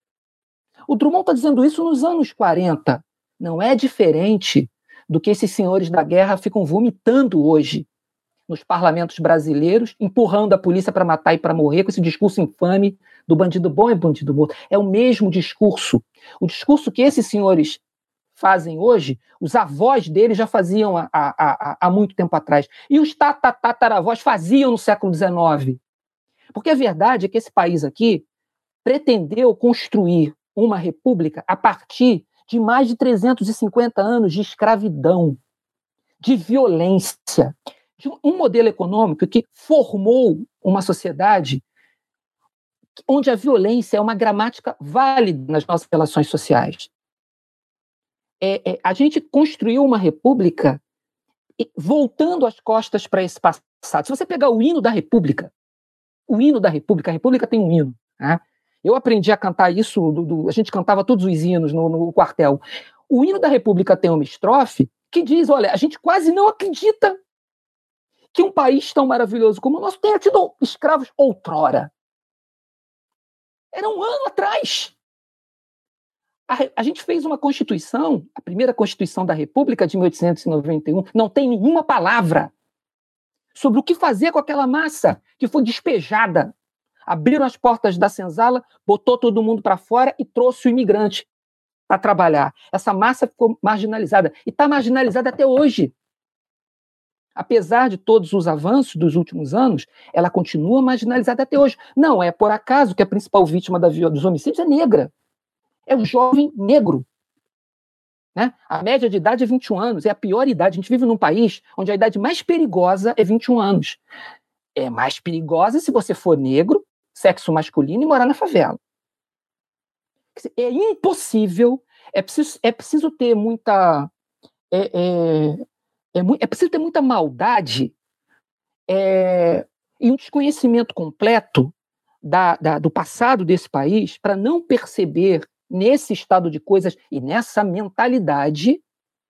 O Drummond está dizendo isso nos anos quarenta. Não é diferente do que esses senhores da guerra ficam vomitando hoje nos parlamentos brasileiros, empurrando a polícia para matar e para morrer, com esse discurso infame do bandido bom e bandido morto. É o mesmo discurso. O discurso que esses senhores fazem hoje, os avós deles já faziam há, há, há muito tempo atrás. E os tataravós faziam no século dezenove. Porque a verdade é que esse país aqui pretendeu construir uma república a partir de mais de trezentos e cinquenta anos de escravidão, de violência, de um modelo econômico que formou uma sociedade onde a violência é uma gramática válida nas nossas relações sociais. É, é, a gente construiu uma república voltando as costas para esse passado. Se você pegar o hino da república, o hino da república, a república tem um hino, né? Eu aprendi a cantar isso, do, do, a gente cantava todos os hinos no, no quartel. O hino da república tem uma estrofe que diz, olha, a gente quase não acredita que um país tão maravilhoso como o nosso tenha tido escravos outrora. Era um ano atrás. A, a gente fez uma Constituição, a primeira Constituição da República de mil oitocentos e noventa e um, não tem nenhuma palavra sobre o que fazer com aquela massa que foi despejada Abriram as portas da senzala, botou todo mundo para fora e trouxe o imigrante para trabalhar. Essa massa ficou marginalizada. E está marginalizada até hoje. Apesar de todos os avanços dos últimos anos, ela continua marginalizada até hoje. Não é por acaso que a principal vítima da, dos homicídios é negra. É o jovem negro. Né? A média de idade é vinte e um anos, é a pior idade. A gente vive num país onde a idade mais perigosa é vinte e um anos. É mais perigosa se você for negro, sexo masculino e morar na favela. É impossível, é preciso, é preciso ter muita... É, é, é, é preciso ter muita maldade é, e um desconhecimento completo da, da, do passado desse país para não perceber nesse estado de coisas e nessa mentalidade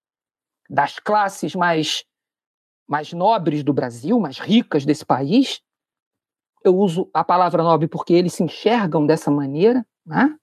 das classes mais, mais nobres do Brasil, mais ricas desse país. Eu uso a palavra nobre porque eles se enxergam dessa maneira, né?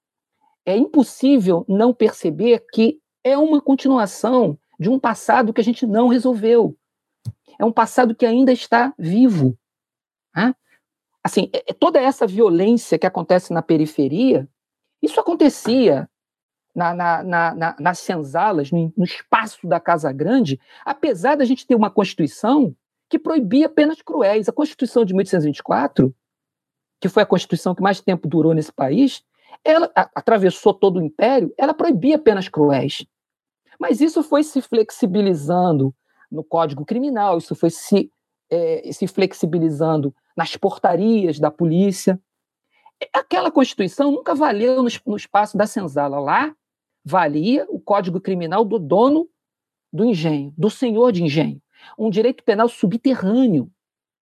É impossível não perceber que é uma continuação de um passado que a gente não resolveu. É um passado que ainda está vivo. Né? Assim, é, toda essa violência que acontece na periferia, isso acontecia na, na, na, na, nas senzalas, no, no espaço da Casa Grande, apesar da gente ter uma Constituição que proibia penas cruéis. A Constituição de mil oitocentos e vinte e quatro, que foi a Constituição que mais tempo durou nesse país, ela a, atravessou todo o Império, ela proibia penas cruéis. Mas isso foi se flexibilizando no Código Criminal, isso foi se, é, se flexibilizando nas portarias da polícia. Aquela Constituição nunca valeu no, no espaço da senzala. Lá valia o Código Criminal do dono do engenho, do senhor de engenho. Um direito penal subterrâneo.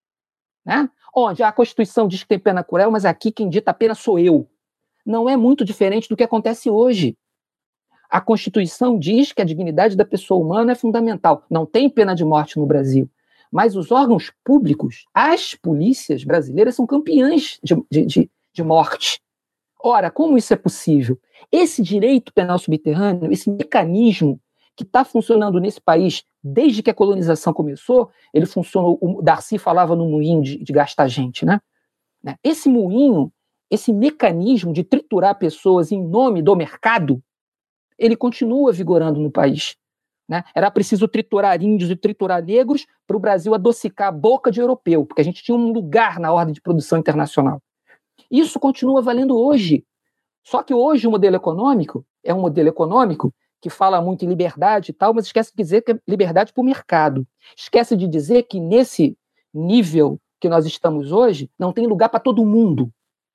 Né? Onde a Constituição diz que tem pena cruel, mas aqui quem dita a pena sou eu. Não é muito diferente do que acontece hoje. A Constituição diz que a dignidade da pessoa humana é fundamental. Não tem pena de morte no Brasil. Mas os órgãos públicos, as polícias brasileiras, são campeãs de, de, de, de morte. Ora, como isso é possível? Esse direito penal subterrâneo, esse mecanismo que está funcionando nesse país desde que a colonização começou, ele funcionou, o Darcy falava no moinho de, de gastar gente, né? Esse moinho, esse mecanismo de triturar pessoas em nome do mercado, ele continua vigorando no país. Né? Era preciso triturar índios e triturar negros para o Brasil adocicar a boca de europeu, porque a gente tinha um lugar na ordem de produção internacional. Isso continua valendo hoje. Só que hoje o modelo econômico é um modelo econômico que fala muito em liberdade e tal, mas esquece de dizer que é liberdade para o mercado. Esquece de dizer que nesse nível que nós estamos hoje, não tem lugar para todo mundo.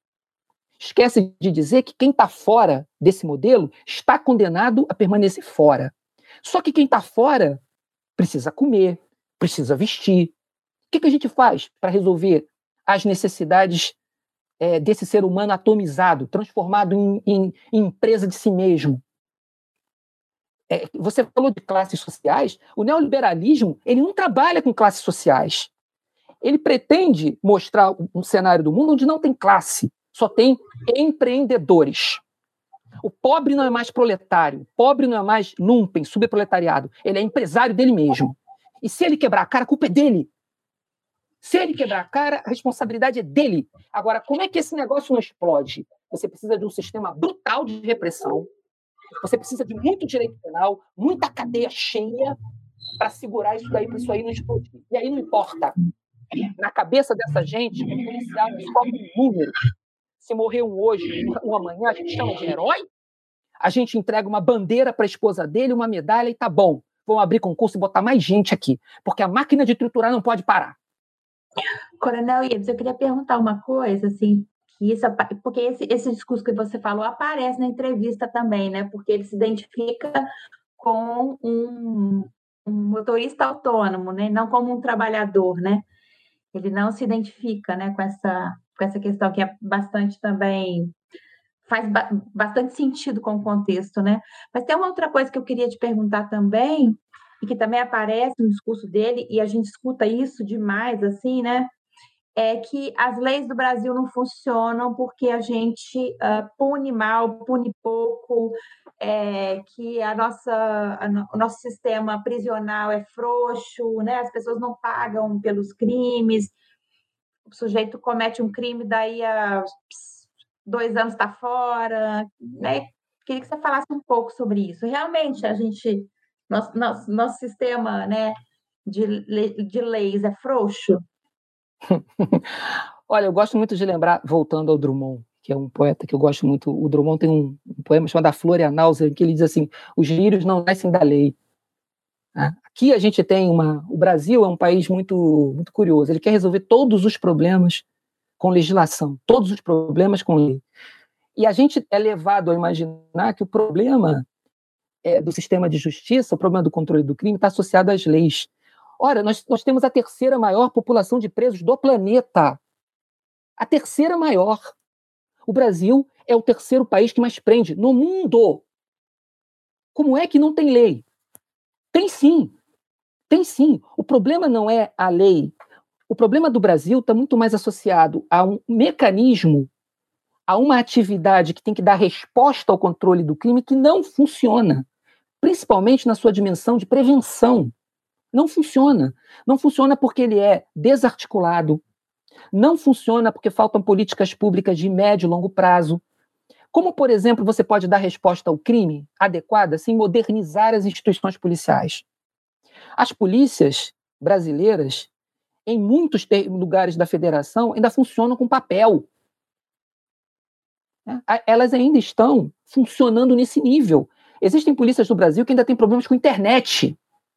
Esquece de dizer que quem está fora desse modelo está condenado a permanecer fora. Só que quem está fora precisa comer, precisa vestir. O que, que a gente faz para resolver as necessidades é, desse ser humano atomizado, transformado em, em, em empresa de si mesmo? É, você falou de classes sociais. O neoliberalismo ele não trabalha com classes sociais. Ele pretende mostrar um cenário do mundo onde não tem classe, só tem empreendedores. O pobre não é mais proletário, o pobre não é mais lumpen, subproletariado, ele é empresário dele mesmo. E se ele quebrar a cara, a culpa é dele. Se ele quebrar a cara, a responsabilidade é dele. Agora, como é que esse negócio não explode? Você precisa de um sistema brutal de repressão, você precisa de muito direito penal, muita cadeia cheia para segurar isso daí, para isso aí não explodir. E aí não importa. Na cabeça dessa gente, o policial descobre um número. Se morrer um hoje, um amanhã, a gente chama de herói? A gente entrega uma bandeira para a esposa dele, uma medalha e tá bom. Vamos abrir concurso e botar mais gente aqui, porque a máquina de triturar não pode parar. Coronel Ives, eu queria perguntar uma coisa, assim, que isso, porque esse, esse discurso que você falou aparece na entrevista também, né? Porque ele se identifica com um, um motorista autônomo, né? Não como um trabalhador, né? Ele não se identifica, né, com essa, com essa questão que é bastante também, faz ba bastante sentido com o contexto, né? Mas tem uma outra coisa que eu queria te perguntar também, e que também aparece no discurso dele, e a gente escuta isso demais, assim, né? É que as leis do Brasil não funcionam porque a gente uh, pune mal, pune pouco, é, que a nossa, a no, o nosso sistema prisional é frouxo, né? As pessoas não pagam pelos crimes. o sujeito comete um crime, daí a dois anos está fora, né? Queria que você falasse um pouco sobre isso. Realmente, a gente, nosso, nosso, nosso sistema, né, de, de leis é frouxo? Olha, eu gosto muito de lembrar, voltando ao Drummond, que é um poeta que eu gosto muito. O Drummond tem um, um poema chamado A Flor e a Náusea, em que ele diz assim: os lírios não nascem da lei. Aqui a gente tem uma... O Brasil é um país muito, muito curioso. Ele quer resolver todos os problemas com legislação, todos os problemas com lei. E a gente é levado a imaginar que o problema é, do sistema de justiça, o problema do controle do crime, está associado às leis. Ora, nós, nós temos a terceira maior população de presos do planeta. A terceira maior. O Brasil é o terceiro país que mais prende no mundo. Como é que não tem lei? Tem sim. Tem sim. O problema não é a lei. O problema do Brasil está muito mais associado a um mecanismo, a uma atividade que tem que dar resposta ao controle do crime que não funciona, principalmente na sua dimensão de prevenção. Não funciona. Não funciona porque ele é desarticulado, não funciona porque faltam políticas públicas de médio e longo prazo. Como, por exemplo, você pode dar resposta ao crime adequada sem modernizar as instituições policiais? As polícias brasileiras, em muitos lugares da federação, ainda funcionam com papel. Elas ainda estão funcionando nesse nível. Existem polícias no Brasil que ainda têm problemas com a internet.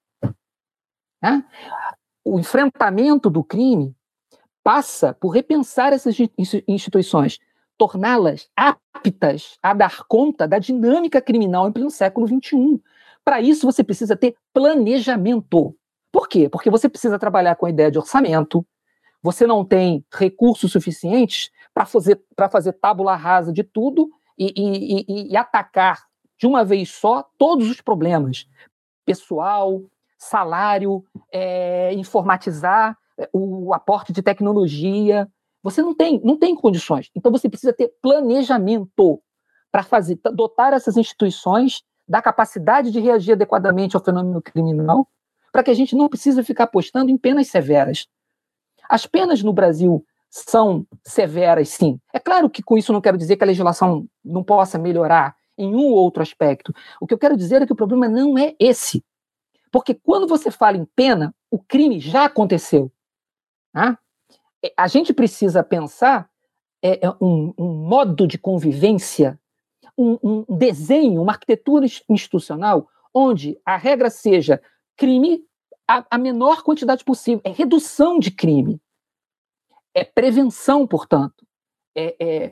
O enfrentamento do crime passa por repensar essas instituições, torná-las aptas a dar conta da dinâmica criminal em pleno século vinte e um. Para isso, você precisa ter planejamento. Por quê? Porque você precisa trabalhar com a ideia de orçamento, você não tem recursos suficientes para fazer, para fazer tábula rasa de tudo e, e, e, e atacar de uma vez só todos os problemas. Pessoal, salário, é, informatizar, o aporte de tecnologia. Você não tem, não tem condições. Então você precisa ter planejamento para fazer, dotar essas instituições da capacidade de reagir adequadamente ao fenômeno criminal, para que a gente não precise ficar apostando em penas severas. As penas no Brasil são severas, sim. É claro que com isso não quero dizer que a legislação não possa melhorar em um ou outro aspecto. O que eu quero dizer é que o problema não é esse. Porque quando você fala em pena, o crime já aconteceu. Tá? A gente precisa pensar é, um, um modo de convivência, um, um desenho, uma arquitetura institucional onde a regra seja crime a, a menor quantidade possível. É redução de crime. É prevenção, portanto. É, é,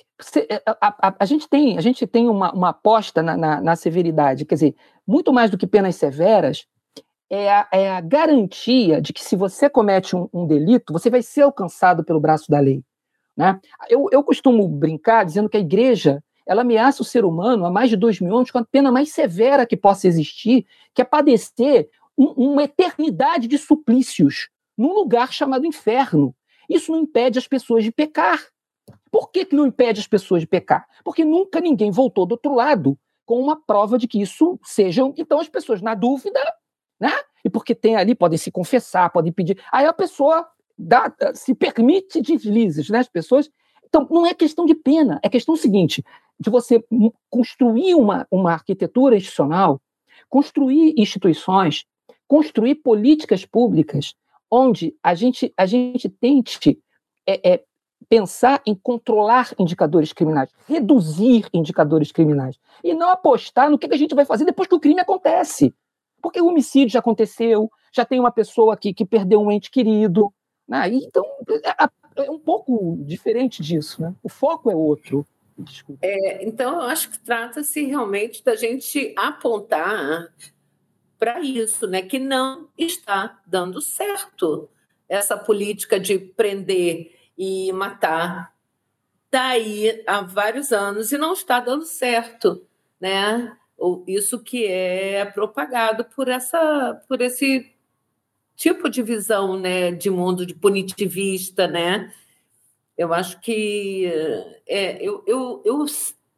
a, a, a gente tem, a gente tem uma, uma aposta na, na, na severidade. Quer dizer, muito mais do que penas severas, É a, é a garantia de que se você comete um, um delito, você vai ser alcançado pelo braço da lei. Né? Eu, eu costumo brincar dizendo que a igreja ela ameaça o ser humano há mais de dois mil anos com a pena mais severa que possa existir, que é padecer um, uma eternidade de suplícios num lugar chamado inferno. Isso não impede as pessoas de pecar. Por que, que não impede as pessoas de pecar? Porque nunca ninguém voltou do outro lado com uma prova de que isso seja... Então as pessoas, na dúvida... Né? E porque tem ali, podem se confessar, podem pedir. Aí a pessoa dá, se permite deslizes, né? As pessoas. Então, não é questão de pena, é questão seguinte: de você construir uma, uma arquitetura institucional, construir instituições, construir políticas públicas, onde a gente, a gente tente é, é, pensar em controlar indicadores criminais, reduzir indicadores criminais, e não apostar no que a gente vai fazer depois que o crime acontece. Porque o homicídio já aconteceu, já tem uma pessoa aqui que perdeu um ente querido. Né? Então, é um pouco diferente disso. Né? O foco é outro. Desculpa. É, então, eu acho que trata-se realmente da gente apontar para isso, né? Que não está dando certo essa política de prender e matar. Está aí há vários anos e não está dando certo, né? Isso que é propagado por, essa, por esse tipo de visão, né, de mundo de punitivista, né? Eu acho que é, eu, eu, eu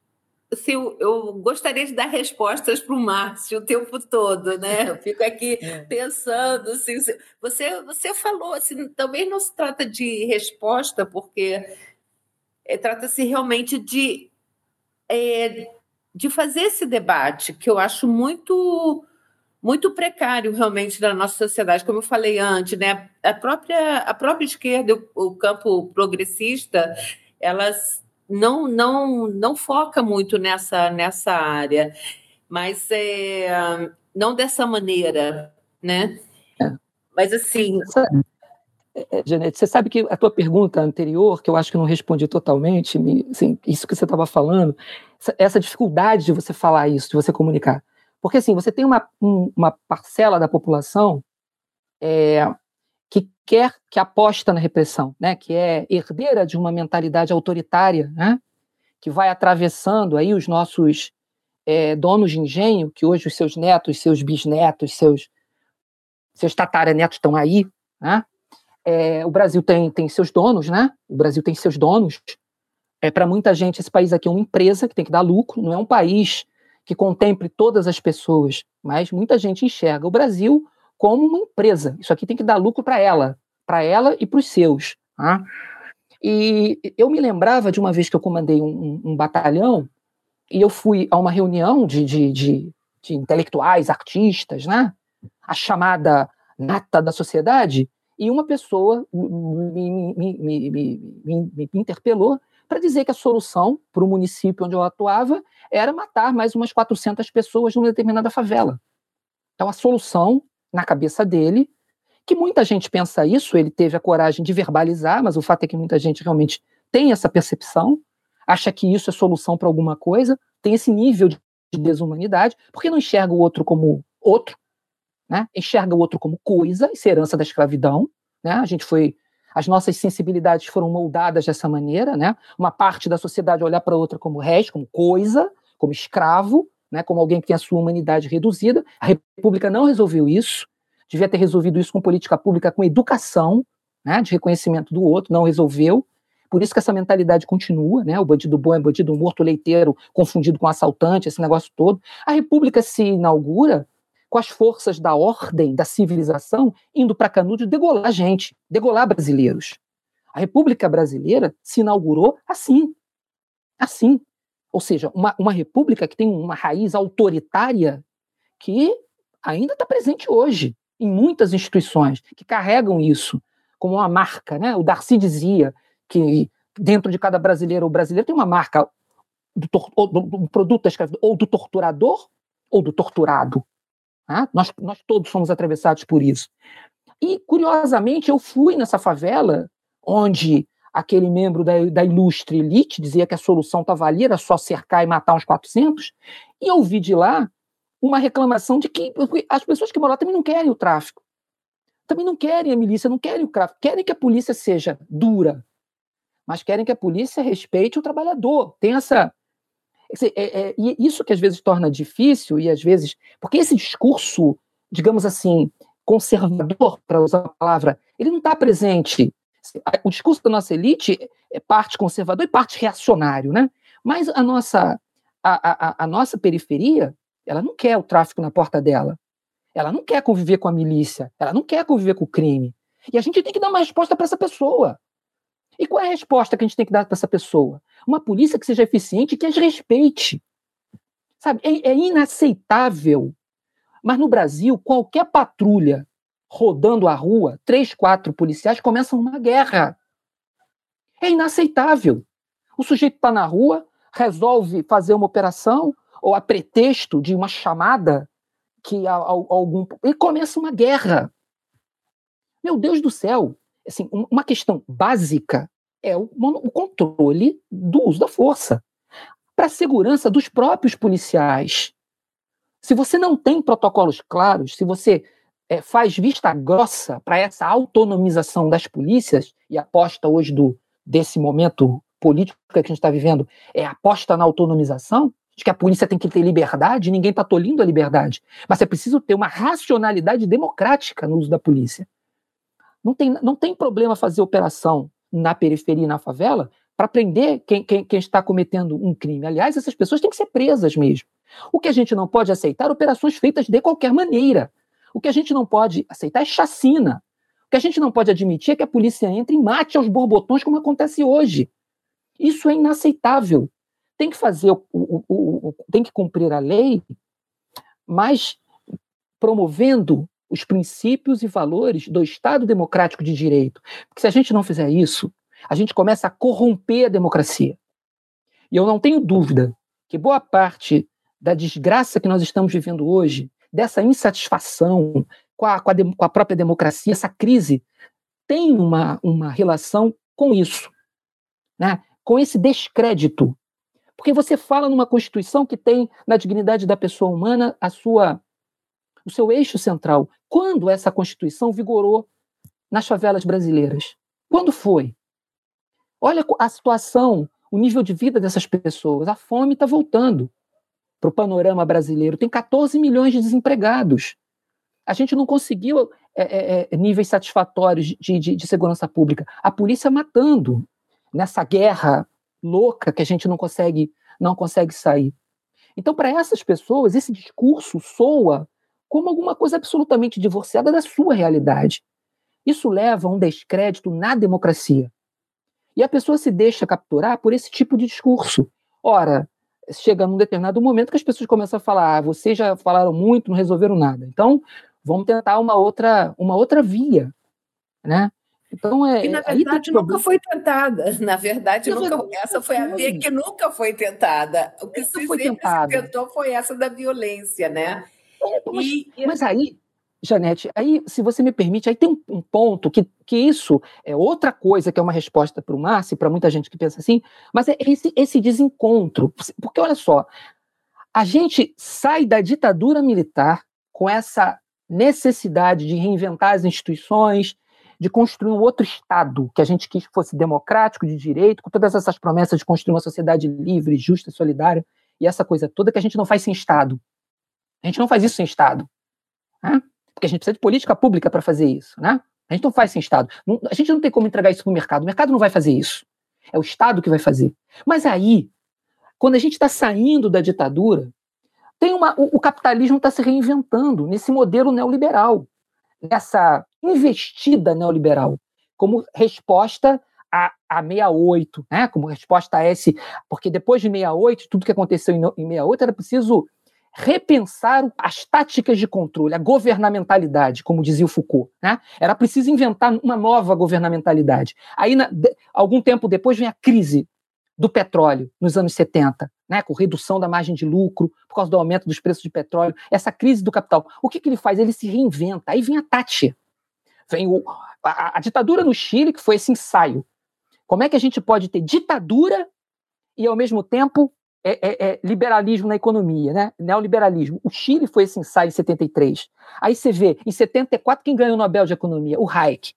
assim, eu, eu gostaria de dar respostas para o Márcio o tempo todo, né? Eu fico aqui é. pensando, assim, você, você falou, assim, também não se trata de resposta, porque é, trata-se realmente de, é, de fazer esse debate, que eu acho muito, muito precário realmente na nossa sociedade, como eu falei antes, né? A própria, a própria esquerda, o, o campo progressista, elas não, não, não foca muito nessa, nessa área, mas é, não dessa maneira, né? É. Mas assim... É, Janete, você sabe que a tua pergunta anterior, que eu acho que não respondi totalmente, me, assim, isso que você estava falando, essa, essa dificuldade de você falar isso, de você comunicar. Porque assim, você tem uma, um, uma parcela da população é, que quer, que aposta na repressão, né, que é herdeira de uma mentalidade autoritária, né, que vai atravessando aí os nossos é, donos de engenho, que hoje os seus netos, seus bisnetos, seus, seus tataranetos estão aí, né? É, o Brasil tem, tem seus donos, né? O Brasil tem seus donos. É, para muita gente, esse país aqui é uma empresa que tem que dar lucro, não é um país que contemple todas as pessoas, mas muita gente enxerga o Brasil como uma empresa. Isso aqui tem que dar lucro para ela, para ela e para os seus. Tá? E eu me lembrava de uma vez que eu comandei um, um, um batalhão e eu fui a uma reunião de, de, de, de intelectuais, artistas, né? A chamada nata da sociedade, e uma pessoa me, me, me, me, me, me interpelou para dizer que a solução para o município onde eu atuava era matar mais umas quatrocentas pessoas numa determinada favela. Então, a solução, na cabeça dele, que muita gente pensa isso, ele teve a coragem de verbalizar, mas o fato é que muita gente realmente tem essa percepção, acha que isso é solução para alguma coisa, tem esse nível de desumanidade, porque não enxerga o outro como outro, né? Enxerga o outro como coisa, isso é herança da escravidão, né? A gente foi, as nossas sensibilidades foram moldadas dessa maneira, né? Uma parte da sociedade olhar para a outra como resto, como coisa, como escravo, né? Como alguém que tem a sua humanidade reduzida. A República não resolveu isso, devia ter resolvido isso com política pública, com educação, né? De reconhecimento do outro, não resolveu. Por isso que essa mentalidade continua, né? O bandido bom é bandido morto, leiteiro, confundido com assaltante, esse negócio todo. A República se inaugura com as forças da ordem, da civilização, indo para Canudos degolar gente, degolar brasileiros. A República Brasileira se inaugurou assim, assim. Ou seja, uma, uma república que tem uma raiz autoritária que ainda está presente hoje em muitas instituições que carregam isso como uma marca, né? O Darcy dizia que dentro de cada brasileiro ou brasileiro tem uma marca do, do, do produto da escravidão, ou do torturador ou do torturado. Ah, nós, nós todos fomos atravessados por isso. E, curiosamente, eu fui nessa favela onde aquele membro da, da ilustre elite dizia que a solução estava ali, era só cercar e matar uns quatrocentos, e eu vi de lá uma reclamação de que as pessoas que moram lá também não querem o tráfico, também não querem a milícia, não querem o tráfico, querem que a polícia seja dura, mas querem que a polícia respeite o trabalhador. Tem essa... É, é, e isso que às vezes torna difícil, e às vezes, porque esse discurso, digamos assim, conservador, para usar a palavra, ele não está presente. O discurso da nossa elite é parte conservador e parte reacionário, né? Mas a nossa, a, a, a nossa periferia, ela não quer o tráfico na porta dela, ela não quer conviver com a milícia, ela não quer conviver com o crime. E a gente tem que dar uma resposta para essa pessoa. E qual é a resposta que a gente tem que dar para essa pessoa? Uma polícia que seja eficiente e que as respeite. Sabe? É, é inaceitável. Mas no Brasil, qualquer patrulha rodando a rua, três, quatro policiais começam uma guerra. É inaceitável. O sujeito está na rua, resolve fazer uma operação, ou a pretexto de uma chamada, que algum, e começa uma guerra. Meu Deus do céu! Assim, uma questão básica é o, o controle do uso da força para a segurança dos próprios policiais. Se você não tem protocolos claros, se você é, faz vista grossa para essa autonomização das polícias, e a aposta hoje do, desse momento político que a gente está vivendo é a aposta na autonomização, de que a polícia tem que ter liberdade, ninguém está tolindo a liberdade, mas é preciso ter uma racionalidade democrática no uso da polícia. Não tem, não tem problema fazer operação na periferia e na favela, para prender quem, quem, quem está cometendo um crime. Aliás, essas pessoas têm que ser presas mesmo. O que a gente não pode aceitar é operações feitas de qualquer maneira. O que a gente não pode aceitar é chacina. O que a gente não pode admitir é que a polícia entre e mate aos borbotões, como acontece hoje. Isso é inaceitável. Tem que fazer, o, o, o, o, tem que cumprir a lei, mas promovendo os princípios e valores do Estado democrático de direito. Porque se a gente não fizer isso, a gente começa a corromper a democracia. E eu não tenho dúvida que boa parte da desgraça que nós estamos vivendo hoje, dessa insatisfação com a, com a, de, com a própria democracia, essa crise, tem uma, uma relação com isso, né? Com esse descrédito. Porque você fala numa Constituição que tem, na dignidade da pessoa humana, a sua, o seu eixo central. Quando essa Constituição vigorou nas favelas brasileiras? Quando foi? Olha a situação, o nível de vida dessas pessoas. A fome está voltando para o panorama brasileiro. Tem catorze milhões de desempregados. A gente não conseguiu é, é, níveis satisfatórios de, de, de segurança pública. A polícia matando nessa guerra louca que a gente não consegue, não consegue sair. Então, para essas pessoas, esse discurso soa como alguma coisa absolutamente divorciada da sua realidade. Isso leva a um descrédito na democracia. E a pessoa se deixa capturar por esse tipo de discurso. Ora, chega num determinado momento que as pessoas começam a falar: ah, vocês já falaram muito, não resolveram nada. Então, vamos tentar uma outra, uma outra via, né? Então, é, e, na verdade, nunca foi tentada. Na verdade, na nunca, verdade essa foi a via que nunca foi tentada. O que se foi sempre tentada. se tentou foi essa da violência, né? É, mas, e, mas aí, Janete, aí, se você me permite, aí tem um, um ponto que, que isso é outra coisa, que é uma resposta para o Márcio e para muita gente que pensa assim, mas é esse, esse desencontro. Porque, olha só, a gente sai da ditadura militar com essa necessidade de reinventar as instituições, de construir um outro Estado que a gente quis que fosse democrático, de direito, com todas essas promessas de construir uma sociedade livre, justa, solidária, e essa coisa toda que a gente não faz sem Estado. A gente não faz isso sem Estado. Né? Porque a gente precisa de política pública para fazer isso. Né? A gente não faz sem Estado. Não, a gente não tem como entregar isso para o mercado. O mercado não vai fazer isso. É o Estado que vai fazer. Mas aí, quando a gente está saindo da ditadura, tem uma, o, o capitalismo está se reinventando nesse modelo neoliberal, nessa investida neoliberal, como resposta a, a sessenta e oito, né? Como resposta a esse... Porque depois de sessenta e oito, tudo que aconteceu em, em sessenta e oito era preciso repensar as táticas de controle, a governamentalidade, como dizia o Foucault. Né? Era preciso inventar uma nova governamentalidade. Aí, na, de, algum tempo depois, vem a crise do petróleo, nos anos setenta, né? Com redução da margem de lucro, por causa do aumento dos preços de petróleo, essa crise do capital. O que, que ele faz? Ele se reinventa. Aí vem a Thatcher. Vem o, a, a ditadura no Chile, que foi esse ensaio. Como é que a gente pode ter ditadura e, ao mesmo tempo, É, é, é liberalismo na economia, né? Neoliberalismo. O Chile foi esse ensaio em setenta e três. Aí você vê, em setenta e quatro, quem ganhou o Nobel de Economia? O Hayek.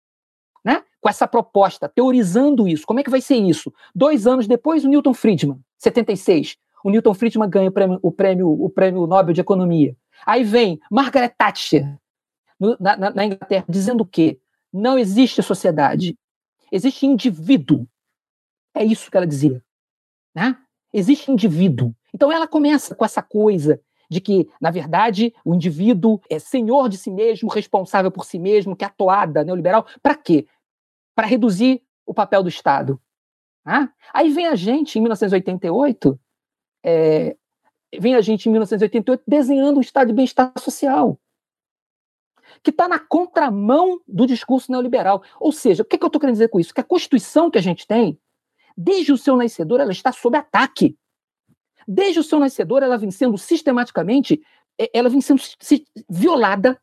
Né? Com essa proposta, teorizando isso. Como é que vai ser isso? Dois anos depois, o Milton Friedman, setenta e seis. O Milton Friedman ganha o prêmio, o prêmio, o prêmio Nobel de Economia. Aí vem Margaret Thatcher, no, na, na Inglaterra, dizendo o quê? Não existe sociedade. Existe indivíduo. É isso que ela dizia. Né? Existe indivíduo. Então ela começa com essa coisa de que, na verdade, o indivíduo é senhor de si mesmo, responsável por si mesmo, que é a toada neoliberal. Para quê? Para reduzir o papel do Estado. Ah? Aí vem a gente, em mil novecentos e oitenta e oito, é, vem a gente, em mil novecentos e oitenta e oito, desenhando um Estado de bem-estar social, que está na contramão do discurso neoliberal. Ou seja, o que, que eu estou querendo dizer com isso? Que a Constituição que a gente tem, desde o seu nascedor, ela está sob ataque. Desde o seu nascedor, ela vem sendo sistematicamente, ela vem sendo violada,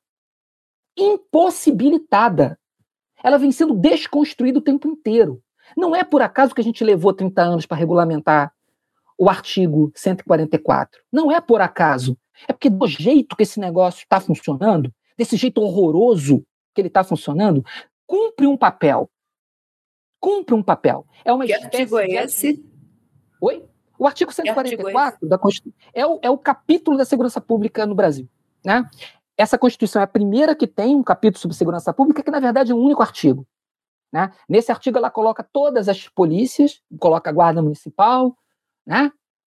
impossibilitada. Ela vem sendo desconstruída o tempo inteiro. Não é por acaso que a gente levou trinta anos para regulamentar o artigo cento e quarenta e quatro. Não é por acaso. É porque do jeito que esse negócio está funcionando, desse jeito horroroso que ele está funcionando, cumpre um papel. Cumpre um papel. É uma que artigo é esse? De... Oi? O artigo cento e quarenta e quatro da Constituição é o, é o capítulo da segurança pública no Brasil. Né? Essa Constituição é a primeira que tem um capítulo sobre segurança pública, que na verdade é um único artigo. né? Nesse artigo ela coloca todas as polícias, coloca a Guarda Municipal, né?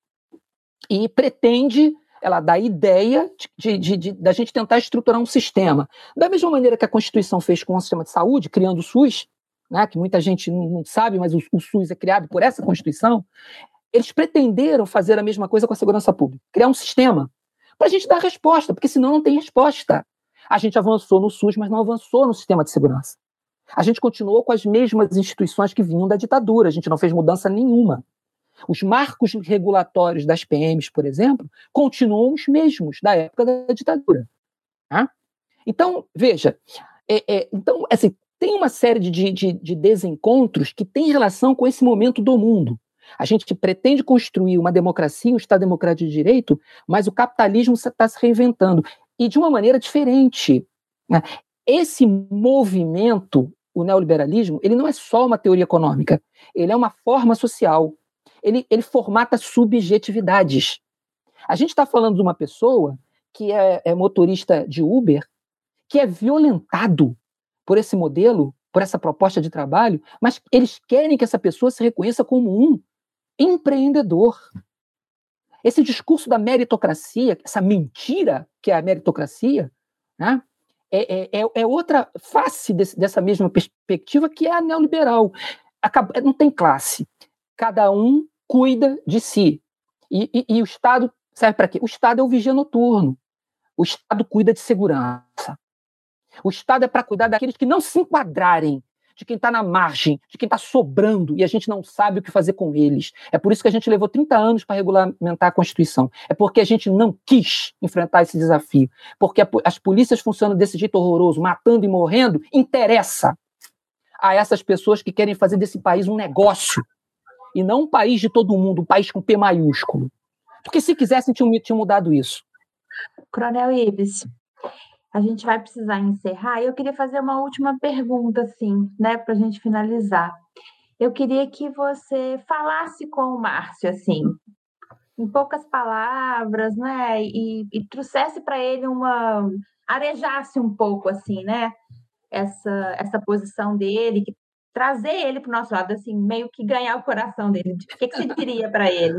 E pretende, ela dá a ideia de, de, de, de a gente tentar estruturar um sistema. Da mesma maneira que a Constituição fez com o sistema de saúde, criando o SUS, né? Que muita gente não sabe, mas o, o SUS é criado por essa Constituição. Eles pretenderam fazer a mesma coisa com a segurança pública, criar um sistema para a gente dar resposta, porque senão não tem resposta. A gente avançou no SUS, mas não avançou no sistema de segurança. A gente continuou com as mesmas instituições que vinham da ditadura, a gente não fez mudança nenhuma. Os marcos regulatórios das P Ms, por exemplo, continuam os mesmos da época da ditadura. Tá? Então, veja, é, é, então, assim, tem uma série de, de, de desencontros que tem relação com esse momento do mundo. A gente pretende construir uma democracia, um Estado democrático de direito, mas o capitalismo está se reinventando, e de uma maneira diferente. Né? Esse movimento, o neoliberalismo, ele não é só uma teoria econômica, ele é uma forma social. Ele, ele formata subjetividades. A gente está falando de uma pessoa que é, é motorista de Uber, que é violentado por esse modelo, por essa proposta de trabalho, mas eles querem que essa pessoa se reconheça como um empreendedor. Esse discurso da meritocracia, essa mentira que é a meritocracia, né, é, é, é outra face desse, dessa mesma perspectiva, que é a neoliberal. Acaba, não tem classe. Cada um cuida de si. E, e, e o Estado serve para quê? O Estado é o vigia noturno. O Estado cuida de segurança. O Estado é para cuidar daqueles que não se enquadrarem, de quem está na margem, de quem está sobrando, e a gente não sabe o que fazer com eles. É por isso que a gente levou trinta anos para regulamentar a Constituição. É porque a gente não quis enfrentar esse desafio. Porque a, as polícias funcionam desse jeito horroroso, matando e morrendo, interessa a essas pessoas que querem fazer desse país um negócio, e não um país de todo mundo, um país com P maiúsculo. Porque se quisessem, tinham, tinham mudado isso. Coronel Ives, a gente vai precisar encerrar, e eu queria fazer uma última pergunta, assim, né, para a gente finalizar. Eu queria que você falasse com o Márcio, assim, em poucas palavras, né, e, e trouxesse para ele uma... arejasse um pouco, assim, né, essa, essa posição dele, que, trazer ele para o nosso lado, assim, meio que ganhar o coração dele. O que, que você diria para ele?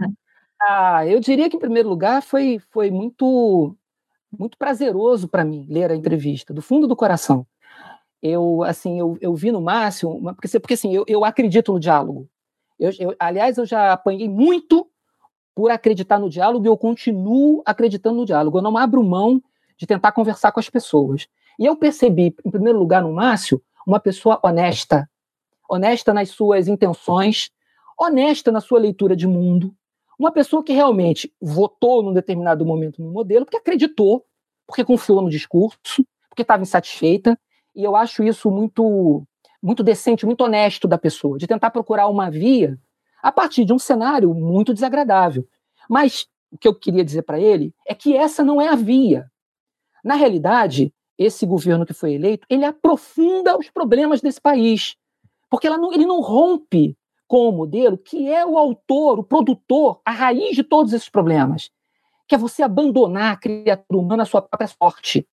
Ah, eu diria que, em primeiro lugar, foi, foi muito... muito prazeroso para mim ler a entrevista, do fundo do coração. Eu, assim, eu, eu vi no Márcio, uma, porque, porque assim, eu, eu acredito no diálogo. Eu, eu, aliás, eu já apanhei muito por acreditar no diálogo, e eu continuo acreditando no diálogo. Eu não abro mão de tentar conversar com as pessoas. E eu percebi, em primeiro lugar, no Márcio, uma pessoa honesta, honesta nas suas intenções, honesta na sua leitura de mundo, uma pessoa que realmente votou num determinado momento no modelo, porque acreditou, porque confiou no discurso, porque estava insatisfeita, e eu acho isso muito, muito decente, muito honesto da pessoa, de tentar procurar uma via a partir de um cenário muito desagradável. Mas o que eu queria dizer para ele é que essa não é a via. Na realidade, esse governo que foi eleito, ele aprofunda os problemas desse país, porque ela não, ele não rompe com o modelo que é o autor, o produtor, a raiz de todos esses problemas, que é você abandonar a criatura humana à sua própria sorte.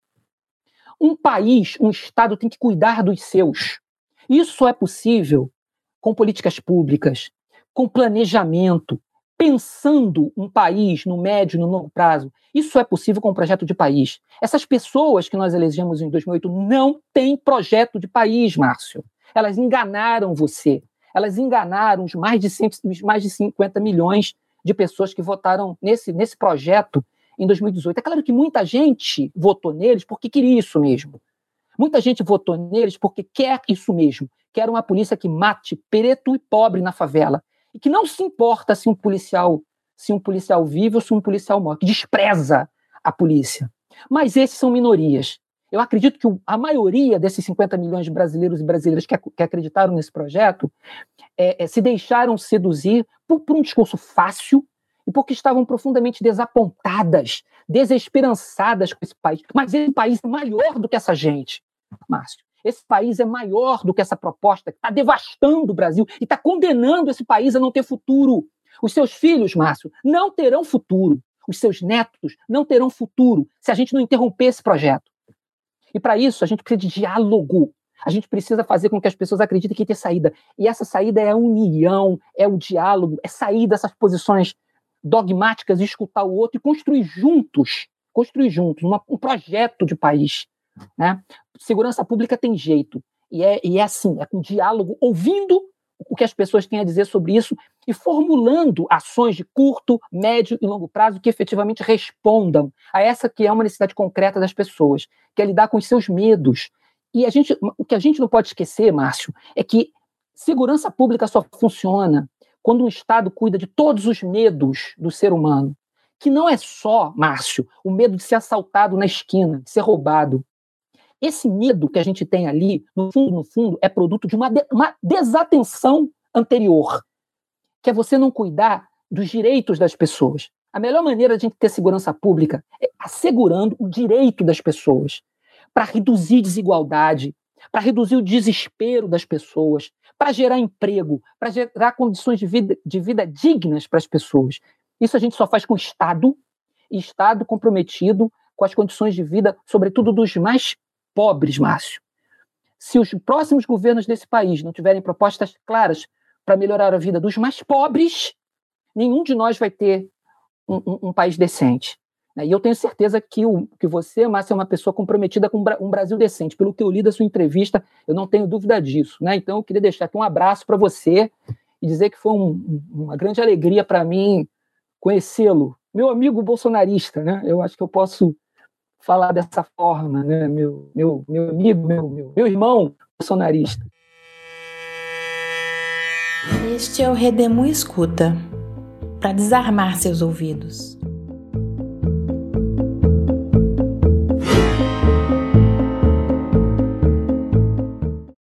Um país, um Estado tem que cuidar dos seus. Isso só é possível com políticas públicas, com planejamento, pensando um país no médio e no longo prazo. Isso é possível com um projeto de país. Essas pessoas que nós elegemos em dois mil e oito não têm projeto de país, Márcio. Elas enganaram você. Elas enganaram os mais de, cem, os mais de cinquenta milhões de pessoas que votaram nesse, nesse projeto em dois mil e dezoito. É claro que muita gente votou neles porque queria isso mesmo. Muita gente votou neles porque quer isso mesmo. Quer uma polícia que mate preto e pobre na favela. E que não se importa se um policial, se um policial vive ou se um policial morre. Que despreza a polícia. Mas esses são minorias. Eu acredito que a maioria desses cinquenta milhões de brasileiros e brasileiras que, que acreditaram nesse projeto é, é, se deixaram seduzir por, por um discurso fácil e porque estavam profundamente desapontadas, desesperançadas com esse país. Mas esse país é maior do que essa gente, Márcio. Esse país é maior do que essa proposta que está devastando o Brasil e está condenando esse país a não ter futuro. Os seus filhos, Márcio, não terão futuro. Os seus netos não terão futuro se a gente não interromper esse projeto. E para isso, a gente precisa de diálogo. A gente precisa fazer com que as pessoas acreditem que tem saída. E essa saída é a união, é o diálogo, é sair dessas posições dogmáticas e escutar o outro e construir juntos, construir juntos uma, um projeto de país. Né? Segurança pública tem jeito. E é, e é assim, é com diálogo, ouvindo o que as pessoas têm a dizer sobre isso e formulando ações de curto, médio e longo prazo que efetivamente respondam a essa que é uma necessidade concreta das pessoas, que é lidar com os seus medos. E a gente, o que a gente não pode esquecer, Márcio, é que segurança pública só funciona quando um Estado cuida de todos os medos do ser humano, que não é só, Márcio, o medo de ser assaltado na esquina, de ser roubado. Esse medo que a gente tem ali, no fundo, no fundo, é produto de uma, de, uma desatenção anterior, que é você não cuidar dos direitos das pessoas. A melhor maneira de a gente ter segurança pública é assegurando o direito das pessoas, para reduzir desigualdade, para reduzir o desespero das pessoas, para gerar emprego, para gerar condições de vida, de vida dignas para as pessoas. Isso a gente só faz com o Estado, e Estado comprometido com as condições de vida, sobretudo dos mais pobres, Márcio. Se os próximos governos desse país não tiverem propostas claras para melhorar a vida dos mais pobres, nenhum de nós vai ter um, um, um país decente. E eu tenho certeza que, o, que você, Márcio, é uma pessoa comprometida com um Brasil decente. Pelo que eu li da sua entrevista, eu não tenho dúvida disso. Né? Então, eu queria deixar aqui um abraço para você e dizer que foi um, uma grande alegria para mim conhecê-lo. Meu amigo bolsonarista, né? Eu acho que eu posso falar dessa forma, né? Meu, meu, meu amigo, meu, meu, meu irmão bolsonarista. Este é o Redemoinho Escuta, para desarmar seus ouvidos.